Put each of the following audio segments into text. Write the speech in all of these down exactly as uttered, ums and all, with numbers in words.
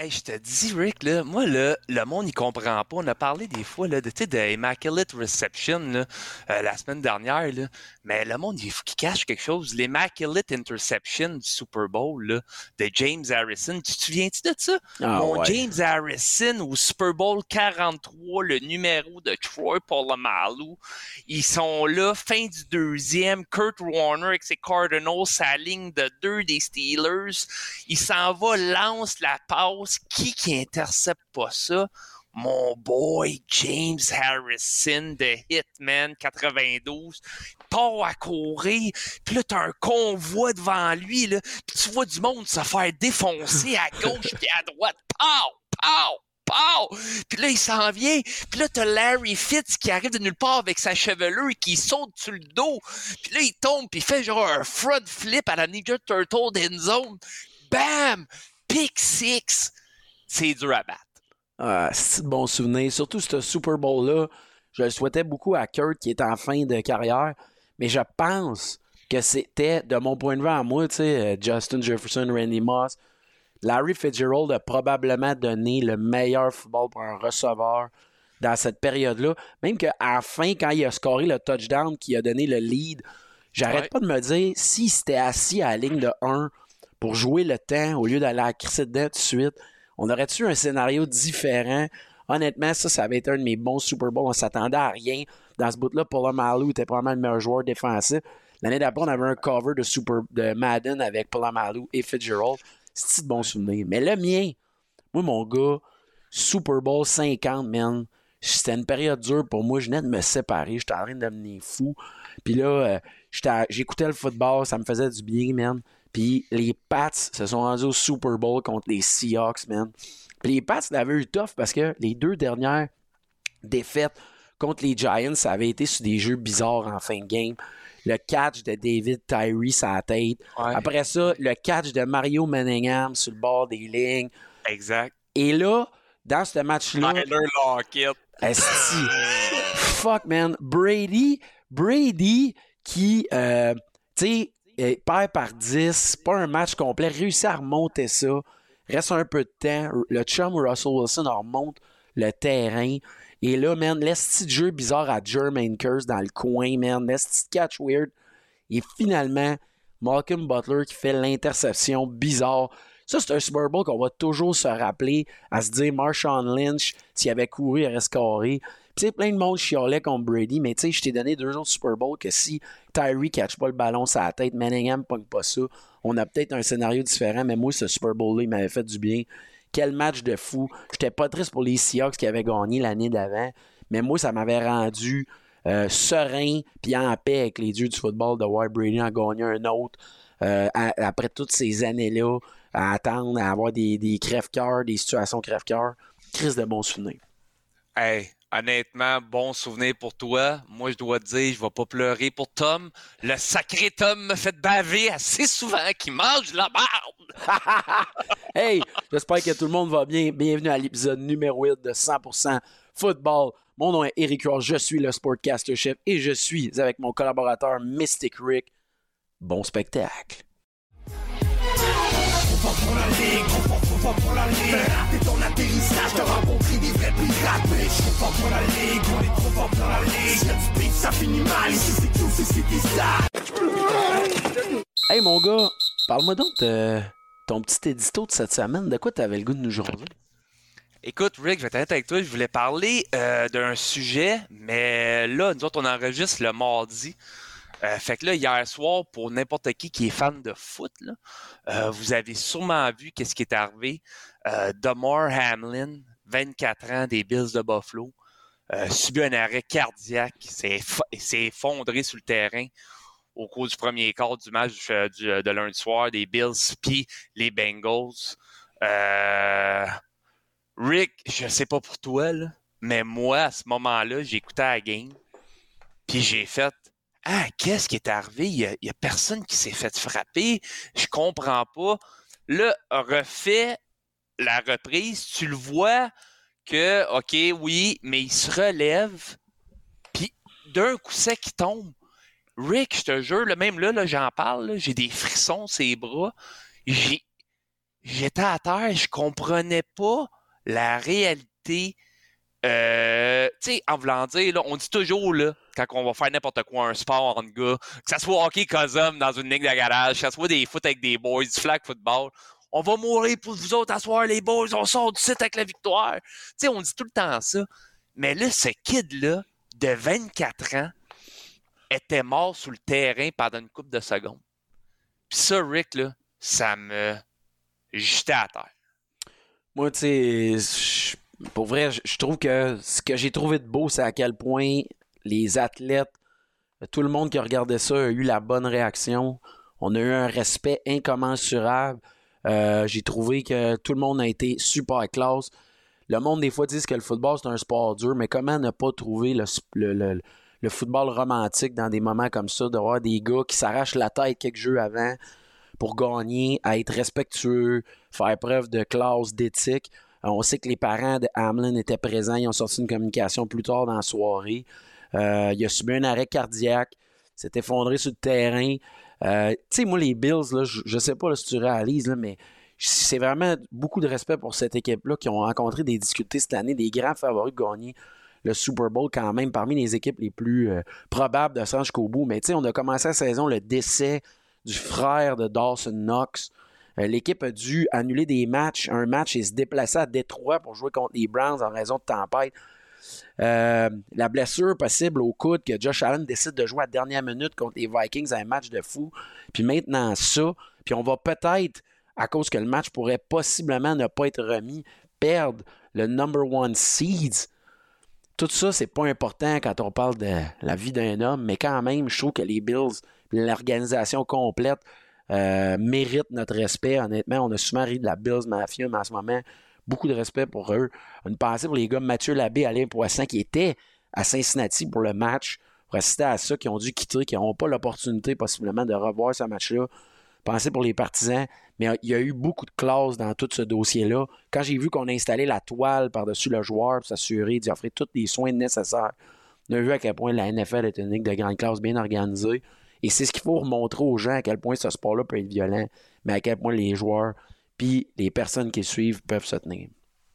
Hey, je te dis, Rick, là, moi, là, le monde, il comprend pas. On a parlé des fois là, de, tu sais, de Immaculate Reception là, euh, la semaine dernière, là. Mais le monde, il faut qu'il cache quelque chose. L'Immaculate Interception du Super Bowl là, de James Harrison. Tu te souviens-tu de ça? Ah Mon ouais. James Harrison au Super Bowl quarante-trois, le numéro de Troy Polamalu. Ils sont là, fin du deuxième. Kurt Warner avec ses Cardinals, sa ligne de deux des Steelers. Il s'en va, lance la passe. Qui qui intercepte pas ça? Mon boy James Harrison de Hitman quatre-vingt-douze part à courir, puis là, t'as un convoi devant lui, là, puis tu vois du monde se faire défoncer à gauche puis à droite. Pow! Pow! Pow! Puis là, il s'en vient. Puis là, t'as Larry Fitz qui arrive de nulle part avec sa chevelure et qui saute sur le dos. Puis là, il tombe puis il fait genre un front flip à la Ninja Turtle d'end zone. Bam! Pick six! C'est dur à battre. Ah, c'est de bons souvenirs. Surtout ce Super Bowl-là, je le souhaitais beaucoup à Kurt qui est en fin de carrière. Mais je pense que c'était, de mon point de vue à moi, tu sais, Justin Jefferson, Randy Moss, Larry Fitzgerald a probablement donné le meilleur football pour un receveur dans cette période-là. Même qu'à la fin, quand il a scoré le touchdown qui a donné le lead, j'arrête Ouais. pas de me dire, s'il s'était assis à la ligne de un pour jouer le temps au lieu d'aller à la crisser dedans tout de suite, on aurait-tu un scénario différent? Honnêtement, ça, ça avait été un de mes bons Super Bowls. On s'attendait à rien. Dans ce bout-là, Polamalu était probablement le meilleur joueur défensif. L'année d'après, on avait un cover de, Super, de Madden avec Polamalu et Fitzgerald. C'est de bons souvenirs. Mais le mien, moi, mon gars, Super Bowl cinquante, man, c'était une période dure pour moi. Je venais de me séparer. J'étais en train de devenir fou. Puis là, euh, j'étais- j'écoutais le football. Ça me faisait du bien, man. Puis les Pats se sont rendus au Super Bowl contre les Seahawks, man. Puis les Pats l'avaient eu tough parce que les deux dernières défaites contre les Giants, ça avait été sur des jeux bizarres en fin de game. Le catch de David Tyree sur la tête. Ouais. Après ça, le catch de Mario Manningham sur le bord des lignes. Exact. Et là, dans ce match-là, Tyler Lockett. esti, fuck, man. Brady, Brady qui, euh, tu sais, euh, perd par dix, c'est pas un match complet, réussit à remonter ça, reste un peu de temps, le chum Russell Wilson remonte le terrain, et là, man, l'esti de jeu bizarre à Jermaine Kearse dans le coin, man, l'esti de catch weird, et finalement, Malcolm Butler qui fait l'interception bizarre. Ça, c'est un Super Bowl qu'on va toujours se rappeler, à se dire Marshawn Lynch, s'il avait couru, il aurait scoré. Tu sais, plein de monde chialait contre Brady, mais tu sais, je t'ai donné deux autres Super Bowls que si Tyree catch pas le ballon sur la tête, Manningham pogne pas ça, on a peut-être un scénario différent, mais moi, ce Super Bowl-là, il m'avait fait du bien. Quel match de fou. J'étais pas triste pour les Seahawks qui avaient gagné l'année d'avant, mais moi, ça m'avait rendu euh, serein puis en paix avec les dieux du football de voir Brady en gagner un autre euh, à, après toutes ces années-là, à attendre, à avoir des, des crève-cœurs, des situations crève-cœurs. Crise de bons souvenirs. Hey, honnêtement, bon souvenir pour toi. Moi, je dois te dire, je vais pas pleurer pour Tom. Le sacré Tom me fait baver assez souvent qu'il mange la merde. Hey, j'espère que tout le monde va bien. Bienvenue à l'épisode numéro huit de cent pour cent Football. Mon nom est Eric Ross, je suis le Sportcaster Chef et je suis avec mon collaborateur Mystic Rick. Bon spectacle. Trop fort pour la ligue, trop fort, trop fort pour la ligue. Fais rater ton atterrissage, t'as rencontré des vrais pirates. Mais je suis trop fort pour la ligue, on est trop fort pour la ligue. Si y'a du beat, ça finit mal, ici c'est Q, c'est City Star. Hey mon gars, parle-moi donc de ton petit édito de cette semaine. De quoi t'avais le goût de nous jaser? Écoute, Rick, je vais t'arrêter avec toi. Je voulais parler euh, d'un sujet, mais là, nous autres, on enregistre le mardi. Euh, fait que là, hier soir, pour n'importe qui qui est fan de foot, là, euh, vous avez sûrement vu qu'est-ce qui est arrivé. Euh, Damar Hamlin, vingt-quatre ans, des Bills de Buffalo, euh, subit un arrêt cardiaque, s'est, eff- s'est effondré sur le terrain au cours du premier quart du match euh, du, de lundi soir des Bills puis les Bengals. Euh, Rick, je sais pas pour toi, là, mais moi, à ce moment-là, j'ai écouté la game, puis j'ai fait « Ah, qu'est-ce qui est arrivé? Il y a, il y a personne qui s'est fait frapper. Je comprends pas. » Là, refait la reprise. Tu le vois que, OK, oui, mais il se relève, puis d'un coup sec, il tombe. Rick, je te jure, là, même là, là j'en parle, là, j'ai des frissons sur les bras. J'ai... j'étais à terre, je comprenais pas la réalité. Euh, tu sais, en voulant dire, là, on dit toujours, là, quand on va faire n'importe quoi, un sport en gars, que ça soit hockey cosum dans une ligue de garage, que ça soit des foot avec des boys, du flag football, on va mourir pour vous autres à soir, les boys, on sort du site avec la victoire. Tu sais, on dit tout le temps ça. Mais là, ce kid-là, de vingt-quatre ans, était mort sur le terrain pendant une couple de secondes. Puis ça, Rick, là, ça me jetait à terre. Moi, tu sais, pour vrai, je trouve que ce que j'ai trouvé de beau, c'est à quel point les athlètes, tout le monde qui regardait ça a eu la bonne réaction. On a eu un respect incommensurable. Euh, j'ai trouvé que tout le monde a été super classe. Le monde, des fois, dit que le football, c'est un sport dur, mais comment ne pas trouver le, le, le, le football romantique dans des moments comme ça, d'avoir des gars qui s'arrachent la tête quelques jeux avant pour gagner, à être respectueux, faire preuve de classe, d'éthique. On sait que les parents de Hamlin étaient présents. Ils ont sorti une communication plus tard dans la soirée. Euh, il a subi un arrêt cardiaque. S'est effondré sur le terrain. Euh, tu sais, moi, les Bills, là, je ne sais pas là, si tu réalises, là, mais c'est vraiment beaucoup de respect pour cette équipe-là qui ont rencontré des difficultés cette année, des grands favoris de gagner le Super Bowl quand même, parmi les équipes les plus euh, probables de se rendre jusqu'au bout. Mais tu sais, on a commencé la saison, le décès du frère de Dawson Knox. Euh, l'équipe a dû annuler des matchs, un match et se déplacer à Détroit pour jouer contre les Browns en raison de tempête. Euh, la blessure possible au coude que Josh Allen décide de jouer à la dernière minute contre les Vikings à un match de fou. Puis maintenant ça, puis on va peut-être, à cause que le match pourrait possiblement ne pas être remis, perdre le number one seeds. Tout ça, c'est pas important quand on parle de la vie d'un homme, mais quand même, je trouve que les Bills, l'organisation complète, euh, méritent notre respect. Honnêtement, on a souvent ri de la Bills Mafia, mais en ce moment, beaucoup de respect pour eux. Une pensée pour les gars Mathieu Labbé, Alain Poisson, qui étaient à Cincinnati pour le match, pour assister à ça, qui ont dû quitter, qui n'auront pas l'opportunité possiblement de revoir ce match-là. Pensez pour les partisans, mais il y a eu beaucoup de classe dans tout ce dossier-là. Quand j'ai vu qu'on a installé la toile par-dessus le joueur pour s'assurer d'y offrir tous les soins nécessaires, on a vu à quel point la N F L est une ligue de grande classe bien organisée. Et c'est ce qu'il faut remontrer aux gens, à quel point ce sport-là peut être violent, mais à quel point les joueurs puis les personnes qui suivent peuvent se tenir.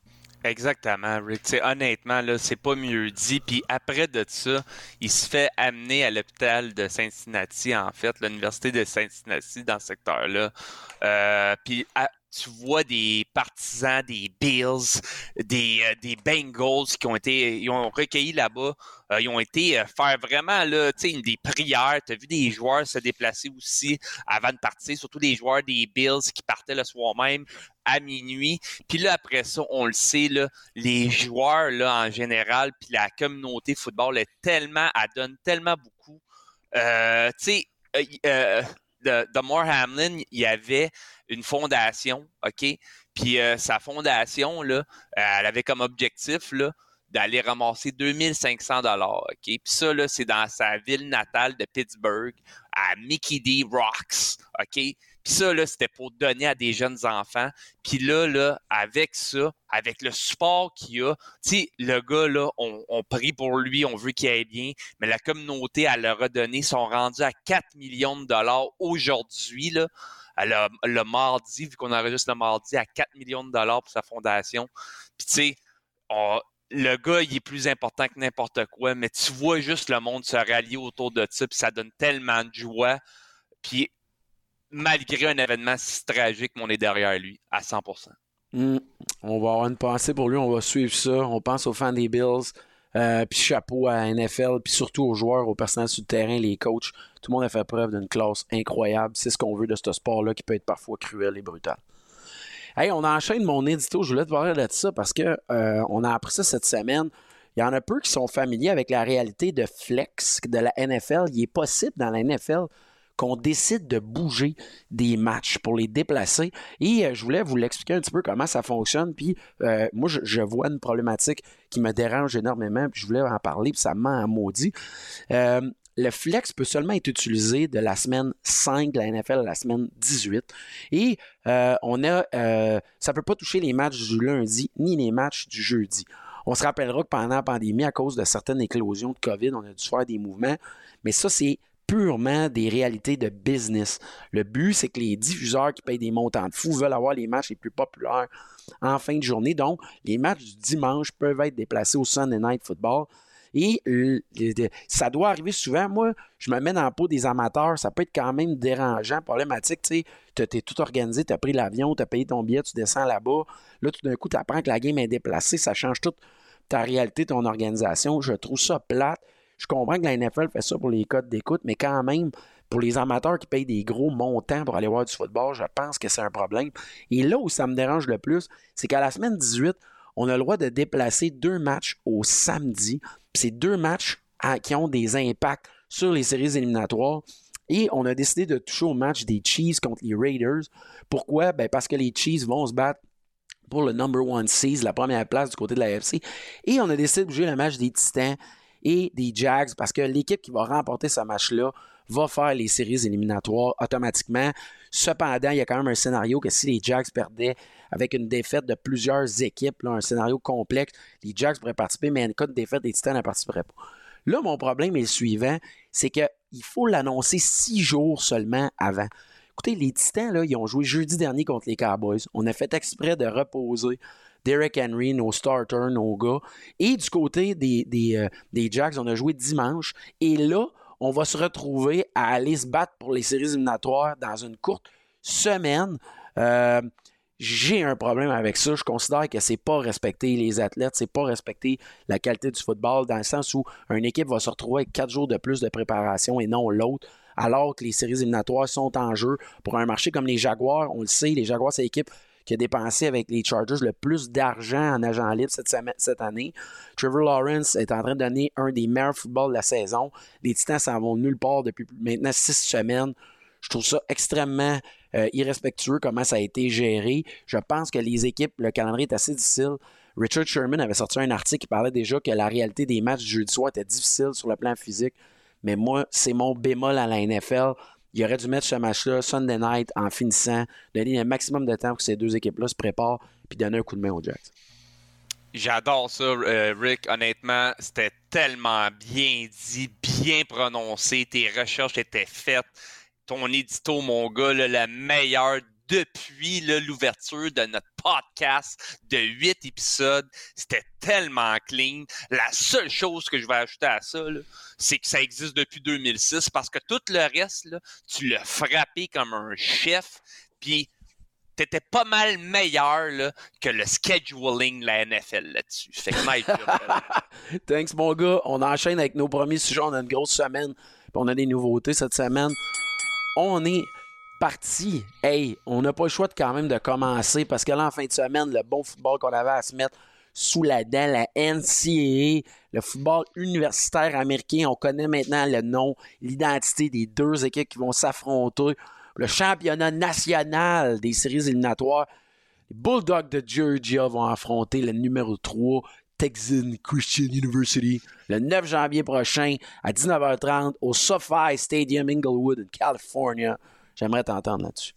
Exactement, Rick. T'sais, honnêtement, là, c'est pas mieux dit. Puis après de ça, il se fait amener à l'hôpital de Cincinnati, en fait, l'université de Cincinnati dans ce secteur-là. Euh, puis à, tu vois des partisans des Bills, des, euh, des Bengals qui ont été, ils ont recueilli là-bas. Euh, ils ont été euh, faire vraiment là, des prières. Tu as vu des joueurs se déplacer aussi avant de partir, surtout des joueurs des Bills qui partaient le soir même à minuit. Puis là, après ça, on le sait, là, les joueurs là, en général, puis la communauté football est tellement, elle donne tellement beaucoup. Euh, tu sais, euh, euh, de, de Damar Hamlin, il y avait une fondation, OK? Puis euh, sa fondation, là, elle avait comme objectif, là, d'aller ramasser deux mille cinq cents dollars, OK? Puis ça, là, c'est dans sa ville natale de Pittsburgh, à Mickey D. Rocks, OK? Puis ça, là, c'était pour donner à des jeunes enfants. Puis là, là, avec ça, avec le support qu'il a, tu sais, le gars, là, on, on prie pour lui, on veut qu'il aille bien, mais la communauté, elle leur a donné, sont rendus à quatre millions de dollars aujourd'hui, là. Le, le mardi, vu qu'on enregistre le mardi, à quatre millions de dollars pour sa fondation. Puis tu sais, on... le gars, il est plus important que n'importe quoi, mais tu vois juste le monde se rallier autour de ça, puis ça donne tellement de joie. Puis, malgré un événement si tragique, on est derrière lui, à cent pour cent. Mmh. On va avoir une pensée pour lui, on va suivre ça. On pense aux fans des Bills, euh, puis chapeau à la N F L, puis surtout aux joueurs, aux personnels sur le terrain, les coachs. Tout le monde a fait preuve d'une classe incroyable. C'est ce qu'on veut de ce sport-là qui peut être parfois cruel et brutal. Hey, on enchaîne mon édito. Je voulais te parler de ça parce que euh, on a appris ça cette semaine. Il y en a peu qui sont familiers avec la réalité de flex de la N F L. Il est possible dans la N F L qu'on décide de bouger des matchs pour les déplacer. Et euh, je voulais vous l'expliquer un petit peu comment ça fonctionne. Puis euh, moi, je, je vois une problématique qui me dérange énormément. Puis je voulais en parler, puis ça me ment en maudit. Euh, Le flex peut seulement être utilisé de la semaine cinq de la N F L à la semaine dix-huit. Et euh, on a, euh, ça ne peut pas toucher les matchs du lundi ni les matchs du jeudi. On se rappellera que pendant la pandémie, à cause de certaines éclosions de COVID, on a dû faire des mouvements. Mais ça, c'est purement des réalités de business. Le but, c'est que les diffuseurs qui payent des montants de fous veulent avoir les matchs les plus populaires en fin de journée. Donc, les matchs du dimanche peuvent être déplacés au Sunday Night Football. Et euh, ça doit arriver souvent. Moi, je me mets dans la peau des amateurs. Ça peut être quand même dérangeant, problématique. Tu sais, tu es tout organisé, tu as pris l'avion, tu as payé ton billet, tu descends là-bas. Là, tout d'un coup, tu apprends que la game est déplacée. Ça change toute ta réalité, ton organisation. Je trouve ça plate. Je comprends que la N F L fait ça pour les codes d'écoute, mais quand même, pour les amateurs qui payent des gros montants pour aller voir du football, je pense que c'est un problème. Et là où ça me dérange le plus, c'est qu'à la semaine dix-huit, on a le droit de déplacer deux matchs au samedi. Puis c'est deux matchs à, qui ont des impacts sur les séries éliminatoires. Et on a décidé de toucher au match des Chiefs contre les Raiders. Pourquoi? Ben parce que les Chiefs vont se battre pour le number one seed, la première place du côté de la A F C. Et on a décidé de bouger le match des Titans et des Jags parce que l'équipe qui va remporter ce match-là va faire les séries éliminatoires automatiquement. Cependant, il y a quand même un scénario que si les Jags perdaient avec une défaite de plusieurs équipes, là, un scénario complexe, les Jags pourraient participer, mais en cas de défaite, les Titans ne participeraient pas. Là, mon problème est le suivant, c'est qu'il faut l'annoncer six jours seulement avant. Écoutez, les Titans, là, ils ont joué jeudi dernier contre les Cowboys. On a fait exprès de reposer Derrick Henry, nos starters, nos gars. Et du côté des, des, euh, des Jags, on a joué dimanche. Et là, on va se retrouver à aller se battre pour les séries éliminatoires dans une courte semaine. Euh, j'ai un problème avec ça. Je considère que c'est pas respecter les athlètes, c'est pas respecter la qualité du football, dans le sens où une équipe va se retrouver avec quatre jours de plus de préparation et non l'autre, alors que les séries éliminatoires sont en jeu pour un marché comme les Jaguars. On le sait, les Jaguars, c'est l'équipe qui a dépensé avec les Chargers le plus d'argent en agent libre cette, semaine, cette année. Trevor Lawrence est en train de donner un des meilleurs footballs de la saison. Les Titans s'en vont nulle part depuis maintenant six semaines. Je trouve ça extrêmement euh, irrespectueux comment ça a été géré. Je pense que les équipes, le calendrier est assez difficile. Richard Sherman avait sorti un article qui parlait déjà que la réalité des matchs du jeudi soir était difficile sur le plan physique. Mais moi, c'est mon bémol à la N F L. Il aurait dû mettre ce match-là Sunday night en finissant, donner un maximum de temps pour que ces deux équipes-là se préparent puis donner un coup de main aux Jacks. J'adore ça, euh, Rick. Honnêtement, c'était tellement bien dit, bien prononcé. Tes recherches étaient faites. Ton édito, mon gars, là, le meilleur depuis là, l'ouverture de notre podcast de huit épisodes. C'était tellement clean. La seule chose que je vais ajouter à ça, là, c'est que ça existe depuis deux mille six parce que tout le reste, là, tu l'as frappé comme un chef, puis t'étais pas mal meilleur là, que le scheduling de la N F L là-dessus. Fait que nice job. Thanks, mon gars. On enchaîne avec nos premiers sujets. On a une grosse semaine, puis on a des nouveautés cette semaine. On est parti. Hey, on n'a pas le choix de quand même de commencer parce que là, en fin de semaine, le bon football qu'on avait à se mettre sous la dent, la N C A A, le football universitaire américain. On connaît maintenant le nom, l'identité des deux équipes qui vont s'affronter. Le championnat national des séries éliminatoires. Les Bulldogs de Georgia vont affronter le numéro trois, Texan Christian University, le neuf janvier prochain à dix-neuf heures trente au SoFi Stadium, Inglewood, en Californie. J'aimerais t'entendre là-dessus.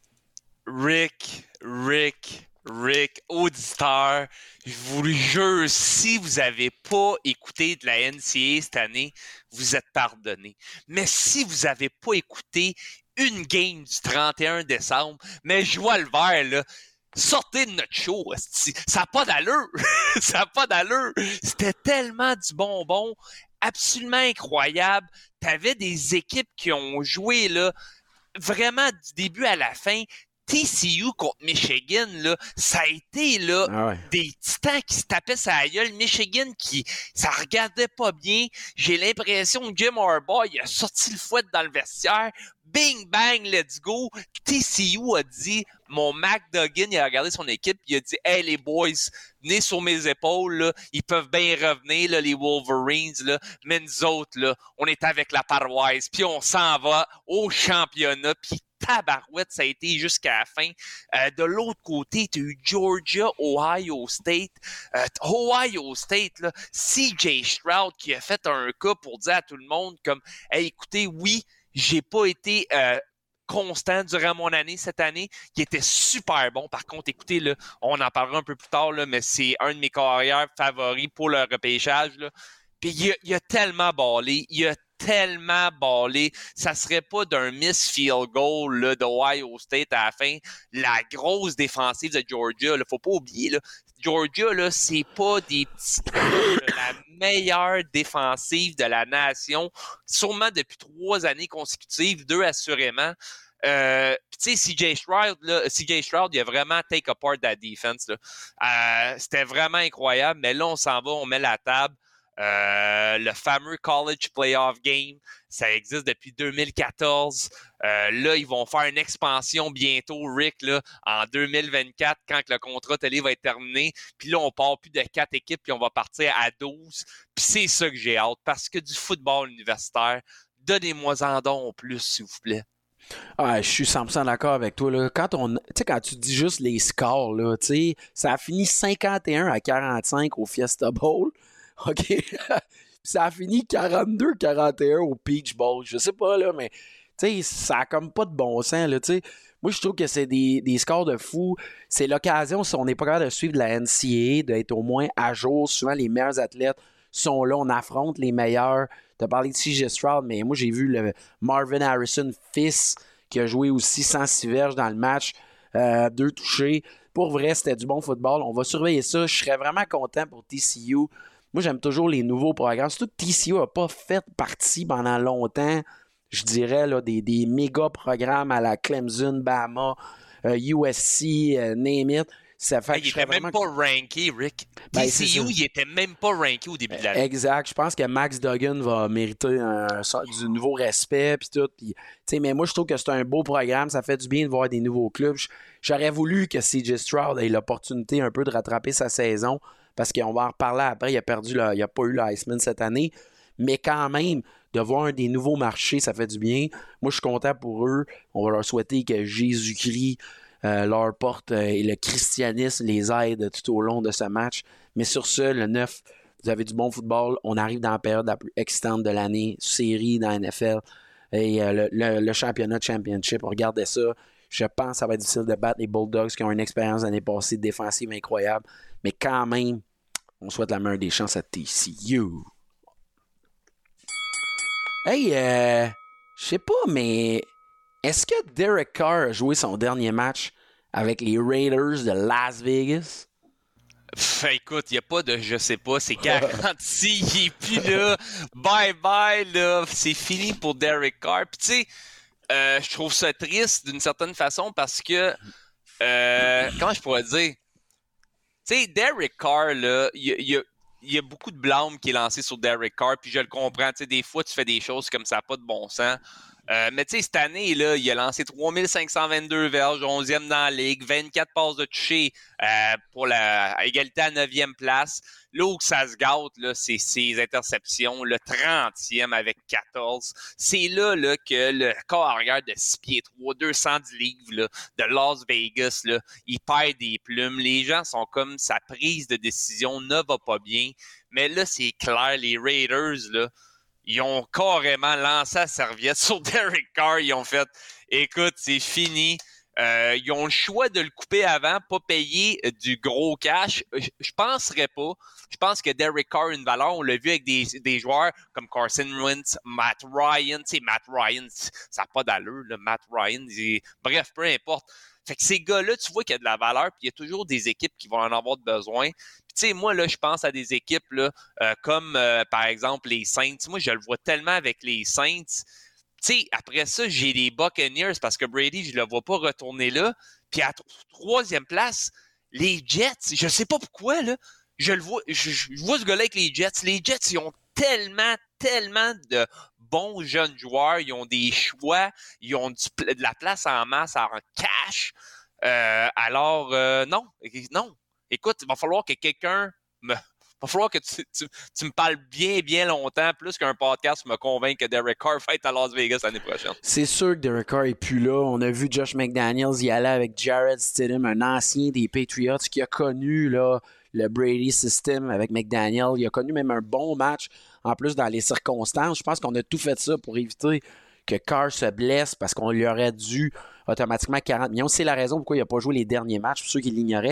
Rick, Rick, Rick, auditeur, je vous le jure, si vous n'avez pas écouté de la N C A A cette année, vous êtes pardonné. Mais si vous n'avez pas écouté une game du trente et un décembre, mais je vois le vert, là, sortez de notre show, ça n'a pas d'allure, ça n'a pas d'allure. C'était tellement du bonbon, absolument incroyable. T'avais des équipes qui ont joué, là, vraiment du début à la fin. T C U contre Michigan, là, ça a été là, ah ouais. des titans qui se tapaient sa gueule. Michigan qui, ça regardait pas bien. J'ai l'impression que Jim Harbaugh, il a sorti le fouet dans le vestiaire. Bing, bang, let's go. T C U a dit, mon Mac Duggan, il a regardé son équipe, il a dit, hey les boys, venez sur mes épaules, là. Ils peuvent bien revenir, là, les Wolverines, là. Mais nous autres, là, on est avec la paroisse, puis on s'en va au championnat, puis tabarouette, ça a été jusqu'à la fin. Euh, de l'autre côté, tu as eu Georgia, Ohio State. Euh, Ohio State, là, C J Stroud qui a fait un cas pour dire à tout le monde comme, hey, écoutez, oui, j'ai pas été euh, constant durant mon année cette année, qui était super bon. Par contre, écoutez, là, on en parlera un peu plus tard, là, mais c'est un de mes carrières favoris pour le repêchage. Là. Puis il a, il a tellement ballé, il a tellement ballé. Ça serait pas d'un miss field goal là, d'Ohio State à la fin. La grosse défensive de Georgia, là, faut pas oublier, là, Georgia, là, c'est pas des petits la meilleure défensive de la nation, sûrement depuis trois années consécutives, deux assurément. Euh, tu sais, C J Stroud, là, C J Stroud, il a vraiment take apart that defense. Là. Euh, c'était vraiment incroyable, mais là, on s'en va, on met la table. Euh, le fameux College Playoff Game, ça existe depuis deux mille quatorze. Euh, là, ils vont faire une expansion bientôt, Rick, là, en deux mille vingt-quatre, quand le contrat télé va être terminé. Puis là, on part plus de quatre équipes, puis on va partir à douze. Puis c'est ça que j'ai hâte, parce que du football universitaire, donnez-moi-en donc plus, s'il vous plaît. Ah, je suis cent pour cent d'accord avec toi. Là. Quand, on, quand tu dis juste les scores, là, ça a fini cinquante et un à quarante-cinq au Fiesta Bowl. OK? Ça a fini quarante-deux à quarante et un au Peach Bowl. Je sais pas, là, mais ça a comme pas de bon sens. Là, t'sais. Moi, je trouve que c'est des, des scores de fou. C'est l'occasion, si on n'est pas capable de suivre la N C A A, d'être au moins à jour. Souvent, les meilleurs athlètes sont là. On affronte les meilleurs. Tu as parlé de C J Stroud, mais moi, j'ai vu le Marvin Harrison fils qui a joué aussi cent six verges dans le match. Euh, deux touchés. Pour vrai, c'était du bon football. On va surveiller ça. Je serais vraiment content pour T C U. Moi, j'aime toujours les nouveaux programmes. Surtout que T C U n'a pas fait partie pendant longtemps, je dirais, là, des, des méga programmes à la Clemson, Bama, euh, U S C, euh, name it. Ça fait hey, que il était vraiment... même pas ranké, Rick. Ben, T C U, il était même pas ranké au début de l'année. Exact. Je pense que Max Duggan va mériter un, du nouveau respect puis tout. Pis, mais moi, je trouve que c'est un beau programme. Ça fait du bien de voir des nouveaux clubs. J'aurais voulu que C J Stroud ait l'opportunité un peu de rattraper sa saison parce qu'on va en reparler après. Il a perdu, le, il a pas eu le Heisman cette année. Mais quand même, de voir un des nouveaux marchés, ça fait du bien. Moi, je suis content pour eux. On va leur souhaiter que Jésus-Christ Euh, leur porte euh, et le christianisme les aide tout au long de ce match. Mais sur ce, le neuf, vous avez du bon football. On arrive dans la période la plus excitante de l'année, série dans la N F L et euh, le, le, le championnat championship. Regardez ça. Je pense que ça va être difficile de battre les Bulldogs qui ont une expérience l'année passée défensive incroyable. Mais quand même, on souhaite la meilleure des chances à T C U. Hey, euh, je sais pas, mais est-ce que Derek Carr a joué son dernier match avec les Raiders de Las Vegas? Pff, écoute, il n'y a pas de je sais pas, c'est garanti, il est plus là. Bye bye, là. C'est fini pour Derek Carr. Puis tu sais, euh, je trouve ça triste d'une certaine façon parce que, euh, comment je pourrais dire? Tu sais, Derek Carr, là, il y a, y a beaucoup de blâme qui est lancé sur Derek Carr, puis je le comprends. Tu sais, des fois, tu fais des choses comme ça n'a pas de bon sens. Euh, mais tu sais, cette année, là, il a lancé trois mille cinq cent vingt-deux verges, onzième dans la ligue, vingt-quatre passes de toucher euh, pour la à égalité à neuvième place. Là où ça se gâte, là, c'est ses interceptions, le trentième avec quatorze. C'est là, là que le corps arrière de six pieds trois, deux cent dix livres là, de Las Vegas, là, il perd des plumes. Les gens sont comme sa prise de décision ne va pas bien. Mais là, c'est clair, les Raiders, là, ils ont carrément lancé la serviette sur Derek Carr. Ils ont fait, écoute, c'est fini. Euh, ils ont le choix de le couper avant, pas payer du gros cash. Je, je penserais pas. Je pense que Derek Carr a une valeur. On l'a vu avec des, des joueurs comme Carson Wentz, Matt Ryan. Tu sais, Matt Ryan, ça n'a pas d'allure, là. Matt Ryan, il... bref, peu importe. Fait que ces gars-là, tu vois qu'il y a de la valeur, puis il y a toujours des équipes qui vont en avoir besoin. Tu sais, moi, là, je pense à des équipes là, euh, comme, euh, par exemple, les Saints. Moi, je le vois tellement avec les Saints. Tu sais, après ça, j'ai les Buccaneers parce que Brady, je le vois pas retourner là. Puis à t- troisième place, les Jets. Je sais pas pourquoi, là. Je le vois, je, je vois ce gars-là avec les Jets. Les Jets, ils ont tellement, tellement de bons jeunes joueurs. Ils ont des choix. Ils ont du, de la place en masse, en cash. Euh, alors, euh, non, non. Écoute, il va falloir que quelqu'un me... Il va falloir que tu, tu, tu me parles bien, bien longtemps, plus qu'un podcast me convainc que Derek Carr va être à Las Vegas l'année prochaine. C'est sûr que Derek Carr n'est plus là. On a vu Josh McDaniels y aller avec Jared Stidham, un ancien des Patriots qui a connu là, le Brady System avec McDaniels. Il a connu même un bon match, en plus dans les circonstances. Je pense qu'on a tout fait ça pour éviter que Carr se blesse parce qu'on lui aurait dû automatiquement quarante millions. C'est la raison pourquoi il n'a pas joué les derniers matchs, pour ceux qui l'ignoraient.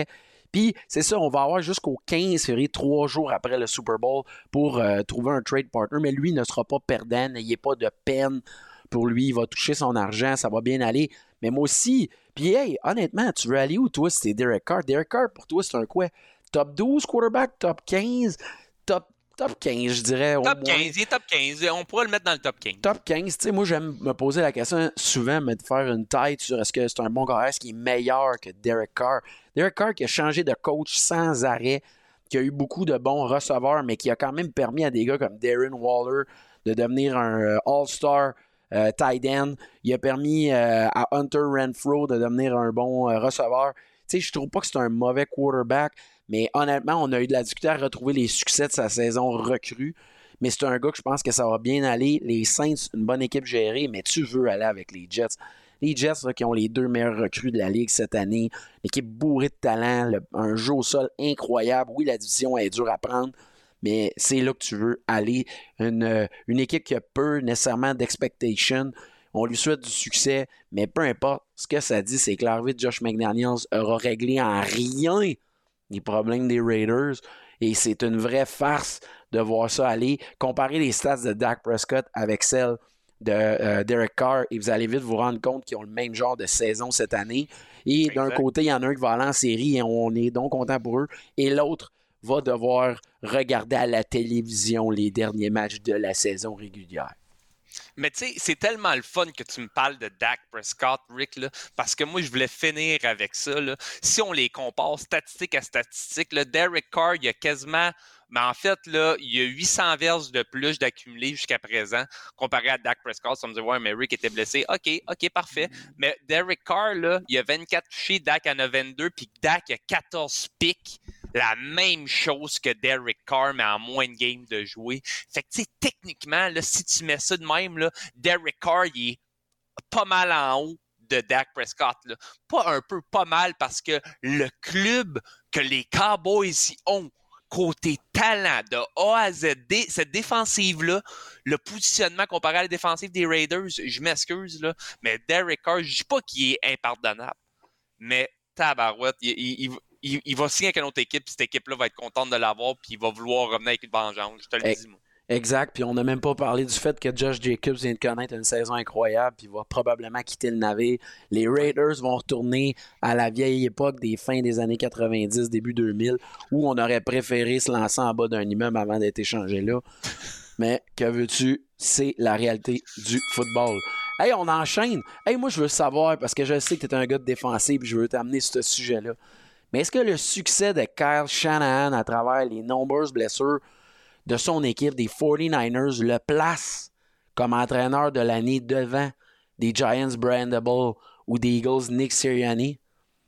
Puis, c'est ça, on va avoir jusqu'au quinze février, trois jours après le Super Bowl, pour euh, trouver un trade partner. Mais lui, il ne sera pas perdant. N'ayez pas de peine pour lui. Il va toucher son argent. Ça va bien aller. Mais moi aussi. Puis, hey, honnêtement, tu veux aller où, toi, si c'est Derek Carr? Derek Carr, pour toi, c'est un quoi? Top douze quarterback? Top quinze? Top, top quinze, je dirais. Top au moins. quinze, il est top quinze. On pourrait le mettre dans le top quinze. Top quinze, tu sais, moi, j'aime me poser la question souvent, mais de faire une tête sur est-ce que c'est un bon gars, est-ce qu'il est meilleur que Derek Carr. Derek Carr qui a changé de coach sans arrêt, qui a eu beaucoup de bons receveurs, mais qui a quand même permis à des gars comme Darren Waller de devenir un euh, All-Star euh, tight end. Il a permis euh, à Hunter Renfrow de devenir un bon euh, receveur. Tu sais, je trouve pas que c'est un mauvais quarterback, mais honnêtement, on a eu de la difficulté à retrouver les succès de sa saison recrue. Mais c'est un gars que je pense que ça va bien aller. Les Saints, une bonne équipe gérée, mais tu veux aller avec les Jets. Les Jets là, qui ont les deux meilleurs recrues de la Ligue cette année. L'équipe bourrée de talent, le, un jeu au sol incroyable. Oui, la division est dure à prendre, mais c'est là que tu veux aller. Une, une équipe qui a peu nécessairement d'expectation. On lui souhaite du succès, mais peu importe. Ce que ça dit, c'est que l'arrivée de Josh McDaniels aura réglé en rien les problèmes des Raiders. Et c'est une vraie farce de voir ça aller. Comparer les stats de Dak Prescott avec celles de euh, Derek Carr, et vous allez vite vous rendre compte qu'ils ont le même genre de saison cette année. Et exact. D'un côté, il y en a un qui va aller en série et on est donc content pour eux. Et l'autre va devoir regarder à la télévision les derniers matchs de la saison régulière. Mais tu sais, c'est tellement le fun que tu me parles de Dak Prescott, Rick, là, parce que moi, je voulais finir avec ça. Là. Si on les compare statistique à statistique, là, Derek Carr, il y a quasiment... Mais en fait, là, il y a huit cents verges de plus d'accumulés jusqu'à présent comparé à Dak Prescott. Ça me dit, ouais, mais Rick était blessé. OK, OK, parfait. Mais Derek Carr, là, il a vingt-quatre touchés, Dak en a vingt-deux, puis Dak a quatorze pics. La même chose que Derek Carr, mais en moins de games de jouer. Fait que, tu sais, techniquement, là, si tu mets ça de même, là, Derek Carr, il est pas mal en haut de Dak Prescott. Là. Pas un peu, pas mal, parce que le club que les Cowboys y ont, côté talent, de A à Z, D, cette défensive-là, le positionnement comparé à la défensive des Raiders, je m'excuse, là, mais Derek Carr, je dis pas qu'il est impardonnable, mais tabarouette, il, il, il, il, il va signer avec une autre équipe, puis cette équipe-là va être contente de l'avoir, puis il va vouloir revenir avec une vengeance, je te le hey. dis, moi. Exact, puis on n'a même pas parlé du fait que Josh Jacobs vient de connaître une saison incroyable, puis il va probablement quitter le navire. Les Raiders vont retourner à la vieille époque des fins des années quatre-vingt-dix, début deux mille, où on aurait préféré se lancer en bas d'un immeuble avant d'être échangé là. Mais que veux-tu, c'est la réalité du football. Hey, on enchaîne. Hey, moi, je veux savoir, parce que je sais que tu es un gars de défensif, puis je veux t'amener sur ce sujet-là. Mais est-ce que le succès de Kyle Shanahan à travers les nombreuses blessures de son équipe, des forty-niners, le place comme entraîneur de l'année devant des Giants Brian Daboll ou des Eagles Nick Sirianni?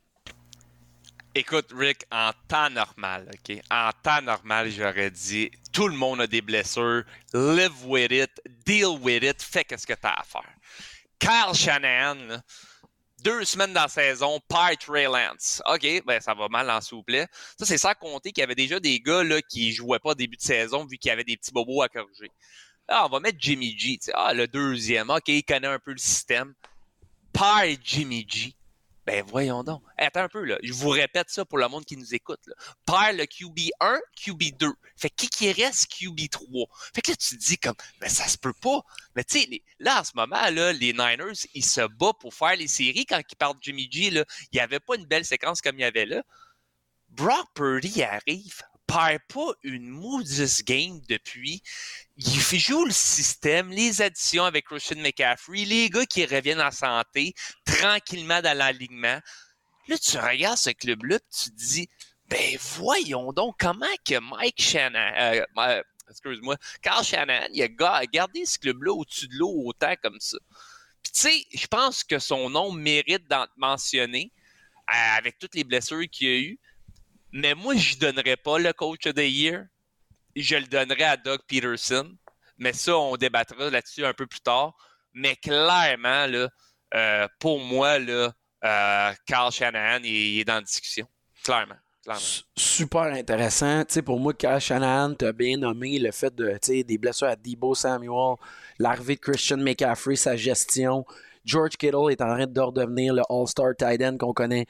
Écoute, Rick, en temps normal, OK? En temps normal, j'aurais dit, tout le monde a des blessures, live with it, deal with it, fais ce que tu as à faire. Kyle Shanahan, là, deux semaines dans la saison, par Trey Lance. OK, ben ça va mal en souple. Ça, c'est sans compter qu'il y avait déjà des gars là, qui jouaient pas au début de saison vu qu'il y avait des petits bobos à corriger. Là, on va mettre Jimmy G. T'sais. Ah, le deuxième. OK, il connaît un peu le système. Par Jimmy G. Ben voyons donc. Hey, attends un peu, là. Je vous répète ça pour le monde qui nous écoute. Là. Par le Q B un, Q B deux. Fait qui qui reste Q B trois? Fait que là, tu te dis comme, ben ça se peut pas. Mais tu sais, là, en ce moment, là, les Niners, ils se battent pour faire les séries quand ils partent Jimmy G. Là. Il n'y avait pas une belle séquence comme il y avait là. Brock Purdy arrive, perd pas une maudite game depuis. Il fait jouer le système, les additions avec Christian McCaffrey, les gars qui reviennent en santé, tranquillement dans l'alignement. Là, tu regardes ce club-là, tu te dis, ben voyons donc, comment que Mike Shanahan, euh, euh, excuse-moi, Kyle Shanahan, il a gardé ce club-là au-dessus de l'eau autant comme ça. Puis tu sais, je pense que son nom mérite d'être mentionné, euh, avec toutes les blessures qu'il y a eu. Mais moi, je ne donnerais pas le coach of the year. Je le donnerais à Doug Peterson. Mais ça, on débattra là-dessus un peu plus tard. Mais clairement, là, euh, pour moi, là, euh, Kyle Shanahan, il, il est dans la discussion. Clairement. clairement. Super intéressant. T'sais, pour moi, Kyle Shanahan, tu as bien nommé le fait de des blessures à Deebo Samuel, l'arrivée de Christian McCaffrey, sa gestion. George Kittle est en train de redevenir le All-Star tight end qu'on connaît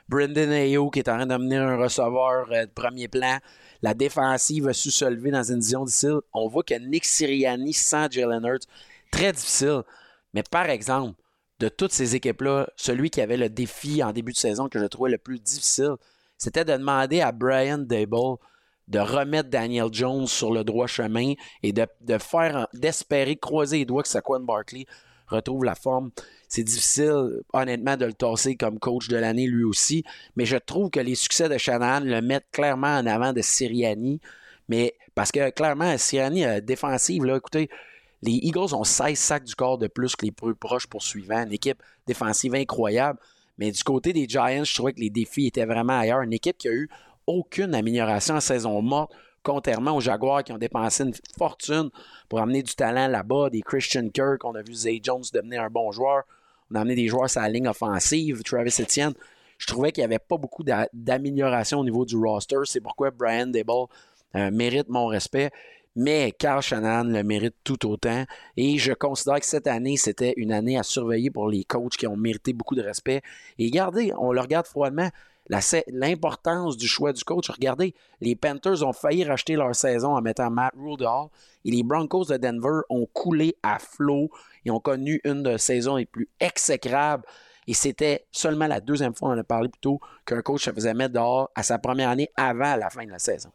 Brendan Ayo qui est en train d'amener un receveur euh, de premier plan. La défensive a su se lever dans une vision difficile. On voit que Nick Sirianni sans Jalen Hurts, très difficile. Mais par exemple, de toutes ces équipes-là, celui qui avait le défi en début de saison que je trouvais le plus difficile, c'était de demander à Brian Daboll de remettre Daniel Jones sur le droit chemin et de, de faire, d'espérer croiser les doigts que Saquon Barkley retrouve la forme. C'est difficile, honnêtement, de le tasser comme coach de l'année lui aussi, mais je trouve que les succès de Shanahan le mettent clairement en avant de Sirianni, mais parce que clairement, Sirianni, euh, défensive, là, écoutez, les Eagles ont seize sacs du corps de plus que les plus proches poursuivants, une équipe défensive incroyable, mais du côté des Giants, je trouvais que les défis étaient vraiment ailleurs, une équipe qui a eu aucune amélioration en saison morte, contrairement aux Jaguars qui ont dépensé une fortune pour amener du talent là-bas, des Christian Kirk, on a vu Zay Jones devenir un bon joueur, on a amené des joueurs sur la ligne offensive, Travis Etienne. Je trouvais qu'il n'y avait pas beaucoup d'a- d'amélioration au niveau du roster, c'est pourquoi Brian Daboll euh, mérite mon respect, mais Kyle Shanahan le mérite tout autant, et je considère que cette année, c'était une année à surveiller pour les coachs qui ont mérité beaucoup de respect, et regardez, on le regarde froidement, La, l'importance du choix du coach. Regardez, les Panthers ont failli racheter leur saison en mettant Matt Rule dehors et les Broncos de Denver ont coulé à flot. Ils ont connu une de saisons les plus exécrables et c'était seulement la deuxième fois, on en a parlé plus tôt, qu'un coach se faisait mettre dehors à sa première année avant la fin de la saison.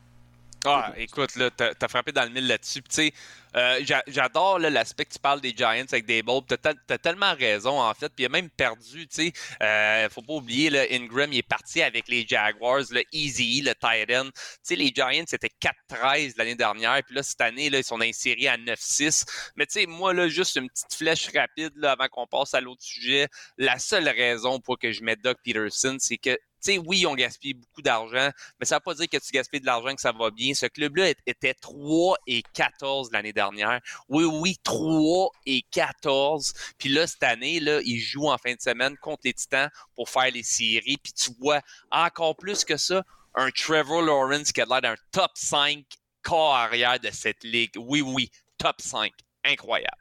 Ah, écoute, là, t'as, t'as frappé dans le mille là-dessus. Tu sais, euh, j'a, j'adore là, l'aspect que tu parles des Giants avec des Daboll. T'as, t'as tellement raison, en fait. Puis il a même perdu, tu sais. Euh, faut pas oublier, là, Ingram, il est parti avec les Jaguars, le Easy, le tight end. Tu sais, les Giants, c'était quatre treize l'année dernière. Puis là, cette année, là, ils sont dans une série à neuf six. Mais tu sais, moi, là, juste une petite flèche rapide, là, avant qu'on passe à l'autre sujet. La seule raison pour que je mette Doug Peterson, c'est que tu sais, oui, on gaspille beaucoup d'argent, mais ça ne veut pas dire que tu gaspilles de l'argent que ça va bien. Ce club-là était trois et quatorze l'année dernière. Oui, oui, trois et quatorze. Puis là, cette année, là, ils jouent en fin de semaine contre les Titans pour faire les séries. Puis tu vois, encore plus que ça, un Trevor Lawrence qui a l'air d'un top cinq corps arrière de cette ligue. Oui, oui, top cinq. Incroyable.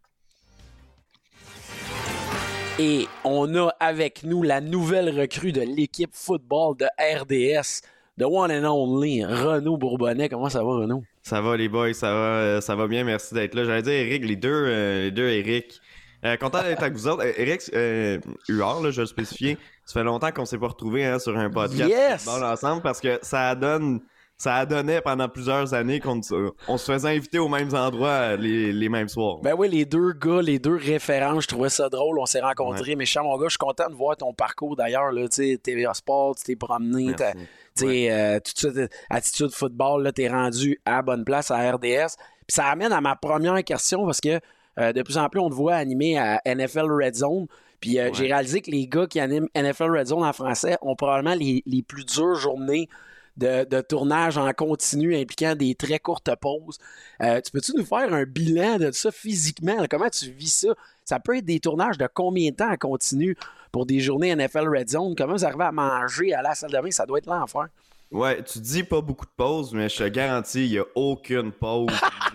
Et on a avec nous la nouvelle recrue de l'équipe football de R D S, the one and only, Renaud Bourbonnais. Comment ça va, Renaud? Ça va, les boys, ça va, ça va bien, merci d'être là. J'allais dire Eric, les deux, euh, les deux Eric. Euh, content d'être avec vous autres. Eric, euh, Huard, là, je vais le spécifier, ça fait longtemps qu'on s'est pas retrouvés hein, sur un podcast yes! football ensemble parce que ça donne... Ça a donné pendant plusieurs années qu'on on se faisait inviter aux mêmes endroits les, les mêmes soirs. Ben oui, les deux gars, les deux référents, je trouvais ça drôle. On s'est rencontrés. Ouais. Mais cher, mon gars, je suis content de voir ton parcours d'ailleurs. Tu sais, T V A Sport, tu t'es promené, tu sais, ouais. euh, tout de suite, attitude football, là, t'es rendu à bonne place à R D S. Puis ça amène à ma première question parce que euh, de plus en plus, on te voit animer à N F L Red Zone. Puis euh, ouais. j'ai réalisé que les gars qui animent N F L Red Zone en français ont probablement les, les plus dures journées De, de tournage en continu impliquant des très courtes pauses. Euh, tu peux-tu nous faire un bilan de ça physiquement? Là? Comment tu vis ça? Ça peut être des tournages de combien de temps en continu pour des journées N F L Red Zone? Comment vous arrivez à manger à la salle de bain? Ça doit être l'enfer. Ouais, tu dis pas beaucoup de pauses, mais je te garantis, il n'y a aucune pause.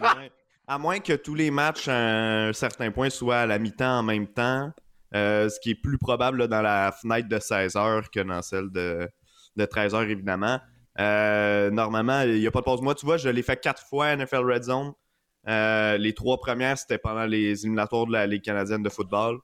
À moins que tous les matchs à un certain point soient à la mi-temps en même temps, euh, ce qui est plus probable là, dans la fenêtre de seize heures que dans celle de, de treize heures, évidemment. Euh, normalement, il n'y a pas de pause. Moi, tu vois, je l'ai fait quatre fois à N F L Red Zone. Euh, les trois premières, c'était pendant les éliminatoires de la Ligue canadienne de football.